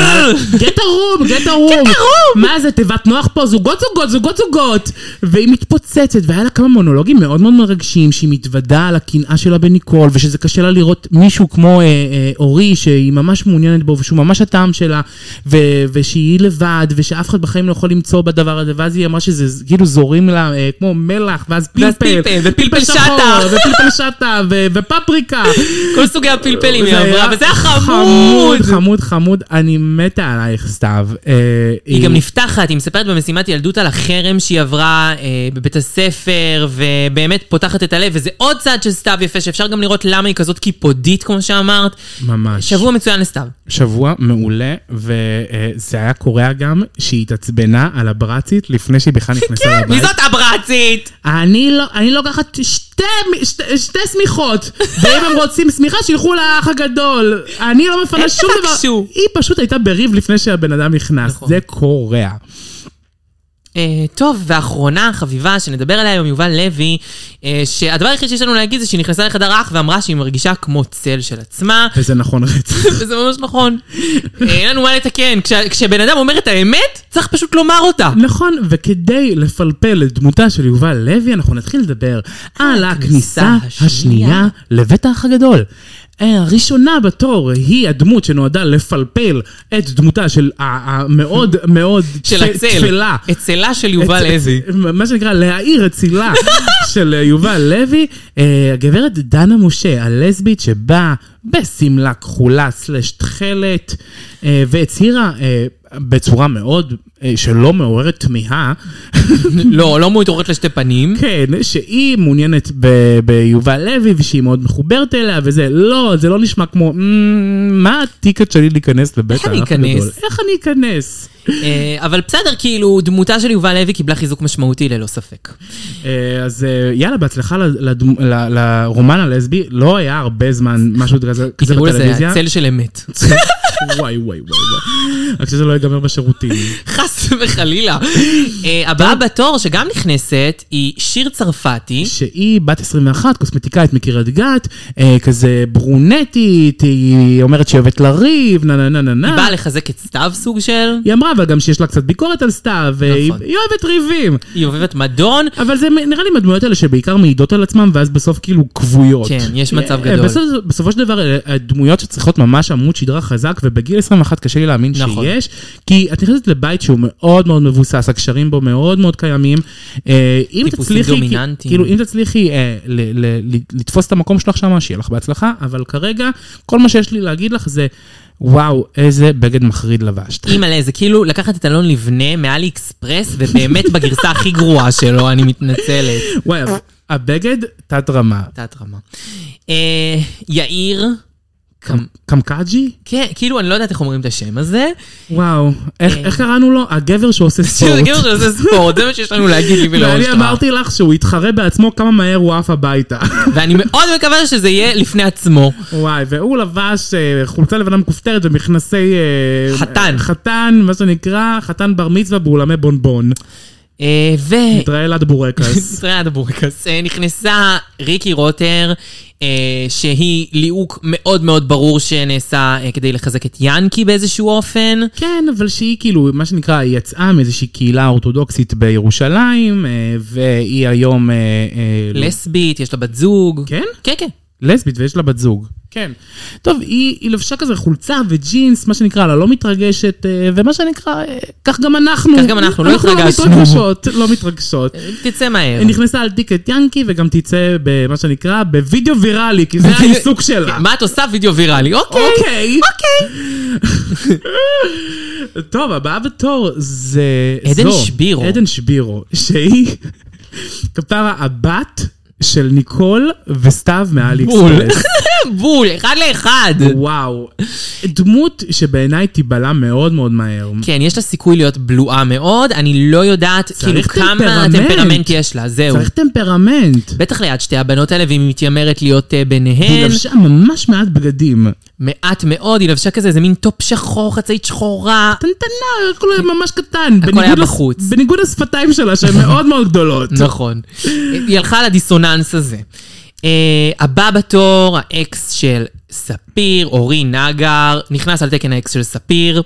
גט הרום, גט הרום. גט הרום. מה זה, תיבת נוח פה, זוגות זוגות, זוגות זוגות. והיא מתפוצצת, והיה לה כמה מונולוגים מאוד מאוד מרגשים, שהיא מתוודה על הקנאה שלה בניקול, ושזה קשה לה לראות מישהו כמו אה, אה, אורי, שהיא ממש מעוניינת בו, ושהוא ממש הטעם שלה, ו, ושהיא לבד, ושאף אחד בחיים לא יכול למצוא בדבר הזה, ואז היא אמרה שזה כאילו זורים לה אה, כמו מלח, ואז פלפל, ופלפל שטה, ופלפל שטה, ופפריקה. כל סוגי הפלפלים היא עברה, וזה היה חמוד. חמוד, חמוד, אני מתה עלייך סתיו. היא גם נפתחת, היא מספרת במשימת ילדות על החרם שהיא עברה בבית הספר, ובאמת פותחת את הלב, וזה עוד צד של סתיו יפה, שאפשר גם לראות למה היא כזאת קיפודית, כמו שאמרת. ממש. שבוע מצוין לסתיו. שבוע מעולה, וזה היה קורא גם שהיא התעצבנה על הברצית לפני שהיא בכלל נכנסה לבית. מי זאת הברצית? אני לא, אני לוקחת שתי, שתי, שתי סמיכות, ואם הם רוצים סמיכה, שילכו לאח הגדול. אני לא מפנה שום דבר. היא פשוט הייתה בריב לפני שהבן אדם נכנס. זה קורא. טוב, ואחרונה חביבה שנדבר עליה היום, יובל לוי, שהדבר היחיד שיש לנו להגיד זה שהיא נכנסה לחדר האח ואמרה שהיא מרגישה כמו צל של עצמה. וזה נכון רצח. וזה ממש נכון. אין לנו מה לתקן. כשבן אדם אומר את האמת, צריך פשוט לומר אותה. נכון, וכדי לפלפל את דמותה של יובל לוי, אנחנו נתחיל לדבר על הכניסה השנייה לבית האח הגדול. הראשונה בתור היא הדמות שנועדה לפלפל את דמותה של המאוד מאוד תפלה. אצילה של יובל לוי. מה שנקרא להעיר אצילה של יובל לוי. הגברת דנה משה, הלסבית שבאה בסמלה כחולה סלש תחלת, והצהירה בצורה מאוד, שלא מעוררת תמיהה. לא, לא מעוררת לשתי פנים. כן, שהיא מעוניינת ביובל לוי, ושהיא מאוד מחוברת אליה, וזה לא, זה לא נשמע כמו, מה הטיקט שלי להיכנס לבית האח הגדול? איך אני אכנס? אבל בסדר, כאילו, דמותה של יובל לוי קיבלה חיזוק משמעותי ללא ספק. אז יאללה, בהצלחה לרומן הלסבי, לא היה הרבה זמן משהו כזה בטלוויזיה. זה צל של אמת. וואי, וואי, וואי. רק שזה לא ייגמר בשירותים. חס וחלילה. הבאה בתור שגם נכנסת היא שיר צרפתי. שהיא בת עשרים ואחת, קוסמטיקאית מקריית גת, כזה ברונטית, היא אומרת שהיא אוהבת לריב, נה נה נה נה נה. היא באה לחזק את סתיו סוג של... היא אמרה, אבל גם שיש לה קצת ביקורת על סתיו, והיא אוהבת ריבים. היא אוהבת מדון. אבל זה נראה לי מהדמויות האלה שבעיקר מעידות על עצמם, ואז בסוף כאילו קבויות. כן, יש מצב גדול. בסופו של דבר, הדמויות שצריכות ממש עמוד שדרה חזק, ובגיל עשרים ואחת קשה לי להאמין שיש, כי את נכנסת לבית שהוא מאוד מאוד מבוסס, הקשרים בו מאוד מאוד קיימים. טיפוסים דומיננטיים. כאילו, אם תצליחי לתפוס את המקום שלך שם, שיהיה לך בהצלחה, אבל כרגע, כל מה שיש לי להגיד לך זה, וואו, איזה בגד מחריד לבשת. אימא'לה, זה כאילו לקחת את אלון לבנה מאלי אקספרס, ובאמת בגרסה הכי גרועה שלו, אני מתנצלת. וואי, הבגד תת רמה. תת רמה. יאיר... קמקאג'י? כן, כאילו, אני לא יודעת איך אומרים את השם הזה. וואו, איך קראנו לו? הגבר שעושה ספורט. הגבר שעושה ספורט, זה מה שיש לנו להגיד לי ולאושרה. ואני אמרתי לך שהוא יתחרה בעצמו כמה מהר הוא עף הביתה. ואני מאוד מקווה שזה יהיה לפני עצמו. וואי, והוא לבש חולצה לבנה מכופתרת ומכנסי... חתן. חתן, מה שנקרא, חתן בר מצווה באולמי בונבון. ו... נתראה ליד הבורקס. נתראה ליד הבורקס. נכנסה ריקי רוטר, שהיא ליהוק מאוד מאוד ברור שנעשה כדי לחזק את ינקי באיזשהו אופן. כן, אבל שהיא כאילו, מה שנקרא, היא יצאה מאיזושהי קהילה אורתודוקסית בירושלים, והיא היום... לסבית, יש לה בת זוג. כן? כן, כן. לסבית ויש לה בת זוג. כן. טוב, היא, היא לבשה כזה חולצה וג'ינס, מה שנקרא, לה לא מתרגשת, ומה שנקרא, כך גם אנחנו. כך גם אנחנו, לא התרגשנו. אנחנו לא מתרגשות, לא מתרגשות. תצא מהר. היא נכנסה על טיקט ינקי, וגם תצא במה שנקרא, בווידאו ויראלי, כי זה העיסוק שלה. מה את עושה וידאו ויראלי? אוקיי. אוקיי. אוקיי. טוב, הבאה בתור זה... עדן שבירו. עדן שבירו, שהיא כפרה הבת... של ניקול וסתיו מאלי אקספרס. בול, אחד לאחד. וואו. דמות שבעיניי תיבלה מאוד מאוד מהר. כן, יש לה סיכוי להיות בלועה מאוד, אני לא יודעת כאילו כמה טמפרמנט יש לה, זהו. צריך טמפרמנט. בטח ליד שתי הבנות האלה, והיא מתיימרת להיות ביניהן. היא לבשה ממש מעט בגדים. מעט מאוד, היא לבשה כזה, זה מין טופ שחור, חצאית שחורה. טנטנה, הכל היה ממש קטן. הכל היה בחוץ. בניגוד לשפתיים שלה, שהן מאוד מאוד גדולות. נכון. היא הלכה לדיסוננס הזה. הבא בתור, האקס של ספיר, אורי נגר, נכנס על תקן האקס של ספיר.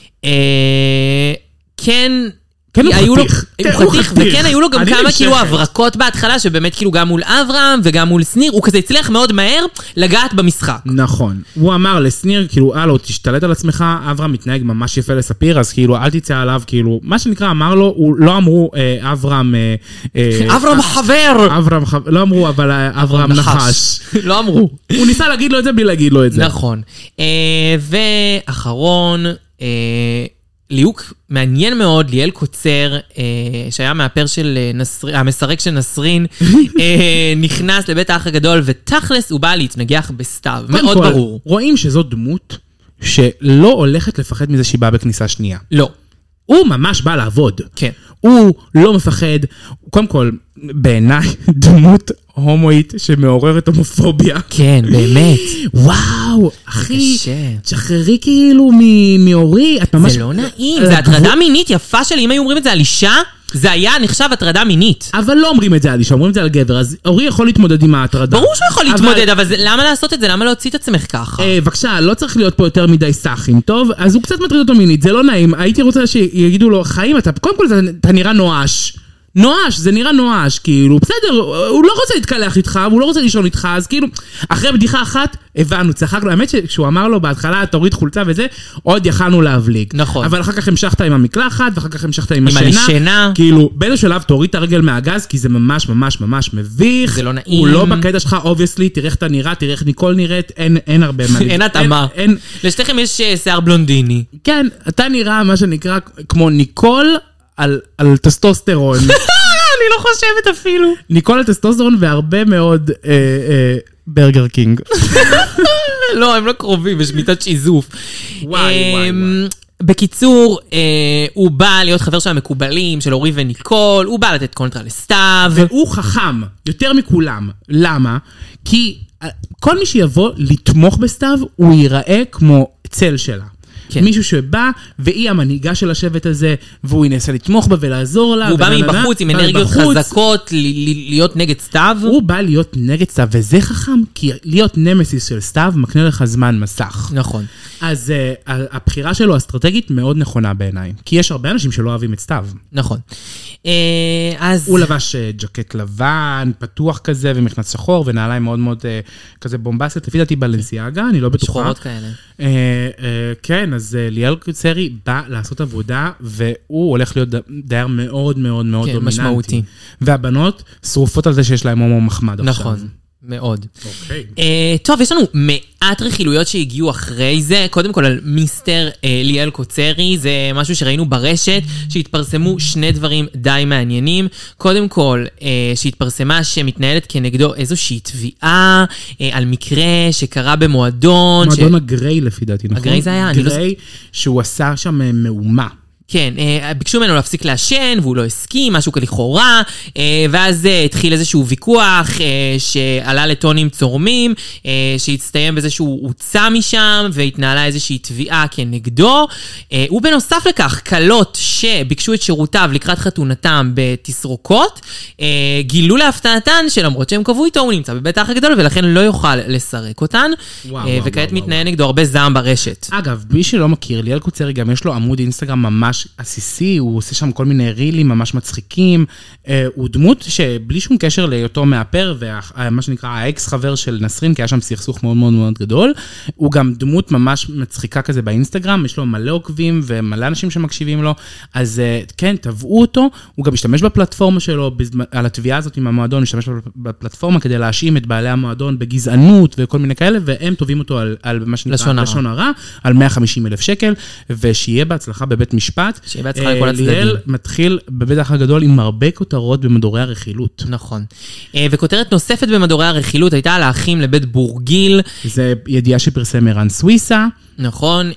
כן... כן הוא חתיך. הוא חתיך, וכן היו לו גם כמה כאילו הברקות בהתחלה, שבאמת כאילו גם מול אברהם וגם מול סניר, הוא כזה הצליח מאוד מהר לגעת במשחק. נכון. הוא אמר לסניר, כאילו, הלו, תשתלט על עצמך, אברהם מתנהג ממש יפה לספיר, אז כאילו, אל תצא עליו, כאילו, מה שנקרא, אמר לו, לא אמרו אברהם... אברהם חבר! אברהם חבר, לא אמרו, אבל אברהם נחש. לא אמרו. הוא ניסה להגיד לו את זה בלי להגיד לו את זה. נכון. ואחרון... ליהוק מעניין מאוד, ליאל קוצר, אה, שהיה מהפר של נסרין, המסרק של נסרין, אה, נכנס לבית האח הגדול, ותכלס הוא בא להתנגח בסתיו, מאוד כל, ברור. רואים שזו דמות שלא הולכת לפחד מזה שהיא באה בכניסה שנייה. לא. הוא ממש בא לעבוד. כן. הוא לא מפחד, קודם כל, בעיניי, דמות הומואית שמעוררת הומופוביה. כן, באמת. וואו, אחי, תשחררי כאילו מאורי, את ממש... זה לא נעים, זה הטרדה מינית יפה שלי, אם היו אומרים את זה על אישה, זה היה נחשב הטרדה מינית. אבל לא אומרים את זה על אישה, אומרים את זה על גבר, אז אורי יכול להתמודד עם ההטרדה. ברור שהוא יכול להתמודד, אבל למה לעשות את זה? למה להוציא את עצמך ככה? בבקשה, לא צריך להיות פה יותר מדי סחים, טוב? אז הוא קצת מטריד אותו מינית, זה לא נעים, הייתי רוצה שיגידו לו, חיים, אתה, קודם כל אתה נראה נואש. נואש, זה נראה נואש, כאילו, בסדר, הוא לא רוצה להתקלח איתך, הוא לא רוצה לישון איתך, אז כאילו, אחרי בדיחה אחת, הבנו, צחקנו, האמת שכשהוא אמר לו בהתחלה, תוריד חולצה וזה, עוד יכלנו להבליג. נכון. אבל אחר כך המשכת עם המקלחת, ואחר כך המשכת עם עם השינה. השינה. כאילו, באיזה שלב תוריד את הרגל מהגז, כי זה ממש ממש ממש מביך. זה לא נעים. הוא לא בקטע שלך, obviously, תראה איך אתה נראה, תראה איך ניקול נראית, אין, אין הרבה מה. אין התאמה. אין, לשתיכם יש שיער בלונדיני. כן, אתה נראה מה שנקרא כמו ניקול על, על טסטוסטרון. אני לא חושבת אפילו. ניקול על טסטוסטרון והרבה מאוד אה, אה, ברגר קינג. לא, הם לא קרובים, יש מיטת שיזוף. וואי, וואי, וואי. בקיצור, אה, הוא בא להיות חבר של המקובלים, של אורי וניקול, הוא בא לתת קונטרה לסתיו. והוא חכם, יותר מכולם. למה? כי כל מי שיבוא לתמוך בסתיו, הוא ייראה כמו צל שלה. כן. מישהו שבא, והיא המנהיגה של השבט הזה, והוא ינסה לתמוך בה ולעזור לה. והוא בא מבחוץ עם אנרגיות חזקות להיות נגד סתיו. הוא בא להיות נגד סתיו, וזה חכם, כי להיות נמסיס של סתיו מקנה לך זמן מסך. נכון. אז uh, הבחירה שלו אסטרטגית מאוד נכונה בעיניי, כי יש הרבה אנשים שלא אוהבים את סתיו. נכון. Uh, אז... הוא לבש uh, ג'קט לבן, פתוח כזה, ומכנס שחור, ונעליים מאוד מאוד uh, כזה בומבסת, לפי דעתי בלנסיאגה, אני לא בטוחה. שחורות כאלה. Uh, uh, כן, אז uh, ליאל קוצרי בא לעשות עבודה, והוא הולך להיות דייר מאוד מאוד מאוד כן, דומיננטי. משמעותי. והבנות שרופות על זה שיש להם הומו מחמד נכון. עכשיו. מאוד. אוקיי. Uh, טוב, יש לנו מעט רכילויות שהגיעו אחרי זה. קודם כל על מיסטר uh, ליאל קוצרי, זה משהו שראינו ברשת, שהתפרסמו שני דברים די מעניינים. קודם כל, uh, שהתפרסמה שמתנהלת כנגדו איזושהי תביעה uh, על מקרה שקרה במועדון. מועדון ש... הגריי לפי דעתי, נכון? הגריי זה היה? גריי לא... שהוא עשה שם מאומה. כן, ביקשו ממנו להפסיק לעשן, והוא לא הסכים, משהו לכאורה, ואז התחיל איזשהו ויכוח שעלה לטונים צורמים, שהצטיים בזה שהוא הוצא משם, והתנהלה איזושהי תביעה כנגדו. הוא בנוסף לכך, קלות שביקשו את שירותיו לקראת חתונתם בתסרוקות, גילו להפתעתן שלמרות שהם קבעו איתו, הוא נמצא בבית האח הגדול, ולכן לא יוכל לסרק אותן, וואו, וכעת וואו, מתנהל וואו. נגדו הרבה זעם ברשת. אגב, מי שלא מכיר, ליאל קוצרי גם יש לו עמוד אינסטגרם ממש עסיסי, הוא עושה שם כל מיני רילים ממש מצחיקים, הוא דמות שבלי שום קשר להיותו מאפר, ומה שנקרא האקס חבר של נסרין, כי היה שם סכסוך מאוד מאוד מאוד גדול, הוא גם דמות ממש מצחיקה כזה באינסטגרם, יש לו מלא עוקבים ומלא אנשים שמקשיבים לו, אז כן, תבעו אותו, הוא גם משתמש בפלטפורמה שלו, על התביעה הזאת עם המועדון, משתמש בפלטפורמה כדי להאשים את בעלי המועדון בגזענות וכל מיני כאלה, והם תובעים אותו על, על מה שנקרא לשון הרע, על מאה וחמישים אלף שקל, ושיהיה בהצלחה בבית משפט. שיהיה בהצלחה לכל הצדדים. ליאל מתחיל בבית האח הגדול עם הרבה כותרות במדורי הרכילות. נכון. וכותרת נוספת במדורי הרכילות הייתה על האחים לבית בורגיל. זה ידיעה שפרסם ערן סוויסה. נכון,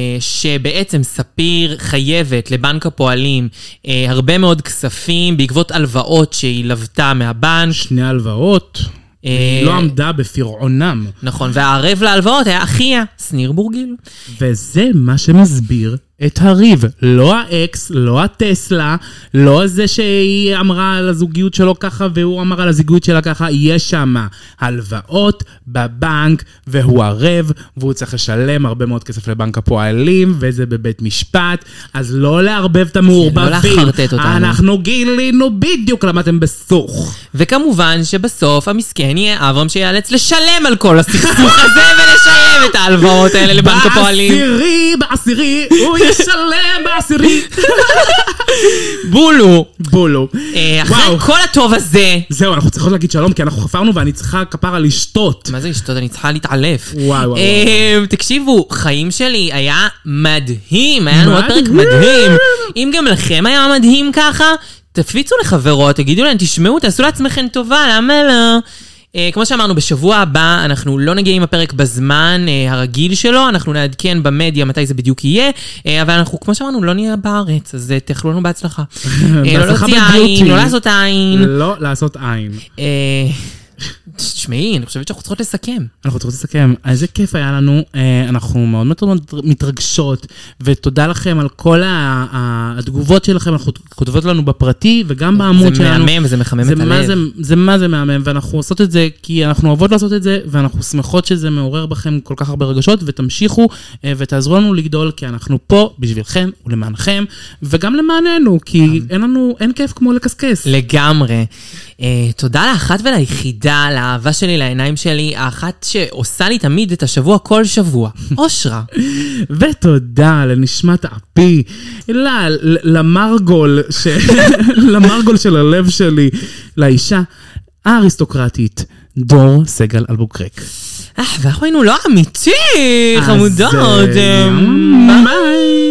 שבעצם ספיר חייבת לבנק הפועלים הרבה מאוד כספים בעקבות הלוואות שהיא לבתה מהבנק. שני הלוואות. היא לא עמדה בפרעונם. נכון, והערב להלוואות היה אחיה, שניר בורגיל. וזה מה שמסביר את הריב. לא האקס, לא הטסלה, לא זה שהיא אמרה על הזוגיות שלו ככה, והוא אמר על הזוגיות שלה ככה, יש שם הלוואות בבנק, והוא ערב, והוא צריך לשלם הרבה מאוד כסף לבנק הפועלים, וזה בבית משפט, אז לא לערבב את המעורבבים. לא לחרטט אותנו. אנחנו גילינו בדיוק למה אתם בסוך. וכמובן שבסוף המסכן יהיה אברהם שיאלץ לשלם על כל הסכסוך הזה, ולשלם את ההלוואות האלה לבנק הפועלים. בעשירי, בעשירי, הוא ישלם בעשירי. בולו. בולו. אחרי כל הטוב הזה. זהו, אנחנו צריכות להגיד שלום, כי אנחנו חפרנו ואני צריכה כפרה לשתות. מה זה לשתות? אני צריכה להתעלף. וואו, וואו. תקשיבו, חיים שלי היה מדהים. היה לנו עוד פרק מדהים. אם גם לכם היה מדהים ככה, תפיצו לחברות, תגידו להם, תשמעו, תעשו לעצמכם טובה, למה לא? כמו שאמרנו, בשבוע הבא אנחנו לא נגיע עם הפרק בזמן הרגיל שלו, אנחנו נעדכן במדיה מתי זה בדיוק יהיה, אבל אנחנו, כמו שאמרנו, לא נהיה בארץ, אז תאכלו לנו בהצלחה. לא להוציא עין, לא לעשות עין. לא לעשות עין. תשמעי, אני חושבת שאנחנו צריכות לסכם. אנחנו צריכות לסכם. איזה כיף היה לנו, אנחנו מאוד מתרגשות, ותודה לכם על כל התגובות שלכם, אנחנו כותבות לנו בפרטי, וגם בעמוד שלנו. זה מהמם וזה מחמם את הלב. זה מה זה מהמם, ואנחנו עושות את זה, כי אנחנו אוהבות לעשות את זה, ואנחנו שמחות שזה מעורר בכם כל כך הרבה רגשות, ותמשיכו ותעזרו לנו לגדול, כי אנחנו פה בשבילכם ולמענכם, וגם למעננו, כי אין לנו, אין כיף כמו לקסקס. לגמרי. תודה לאחת וליחידה, לאהבה שלי, לעיניים שלי, האחת שעושה לי תמיד את השבוע כל שבוע, אושרה. ותודה לנשמת אפי, למרגול, למרגול של הלב שלי, לאישה האריסטוקרטית, דור סגל אלבוקרק. אה, ואנחנו היינו לא אמיתי, חמודות. ביי.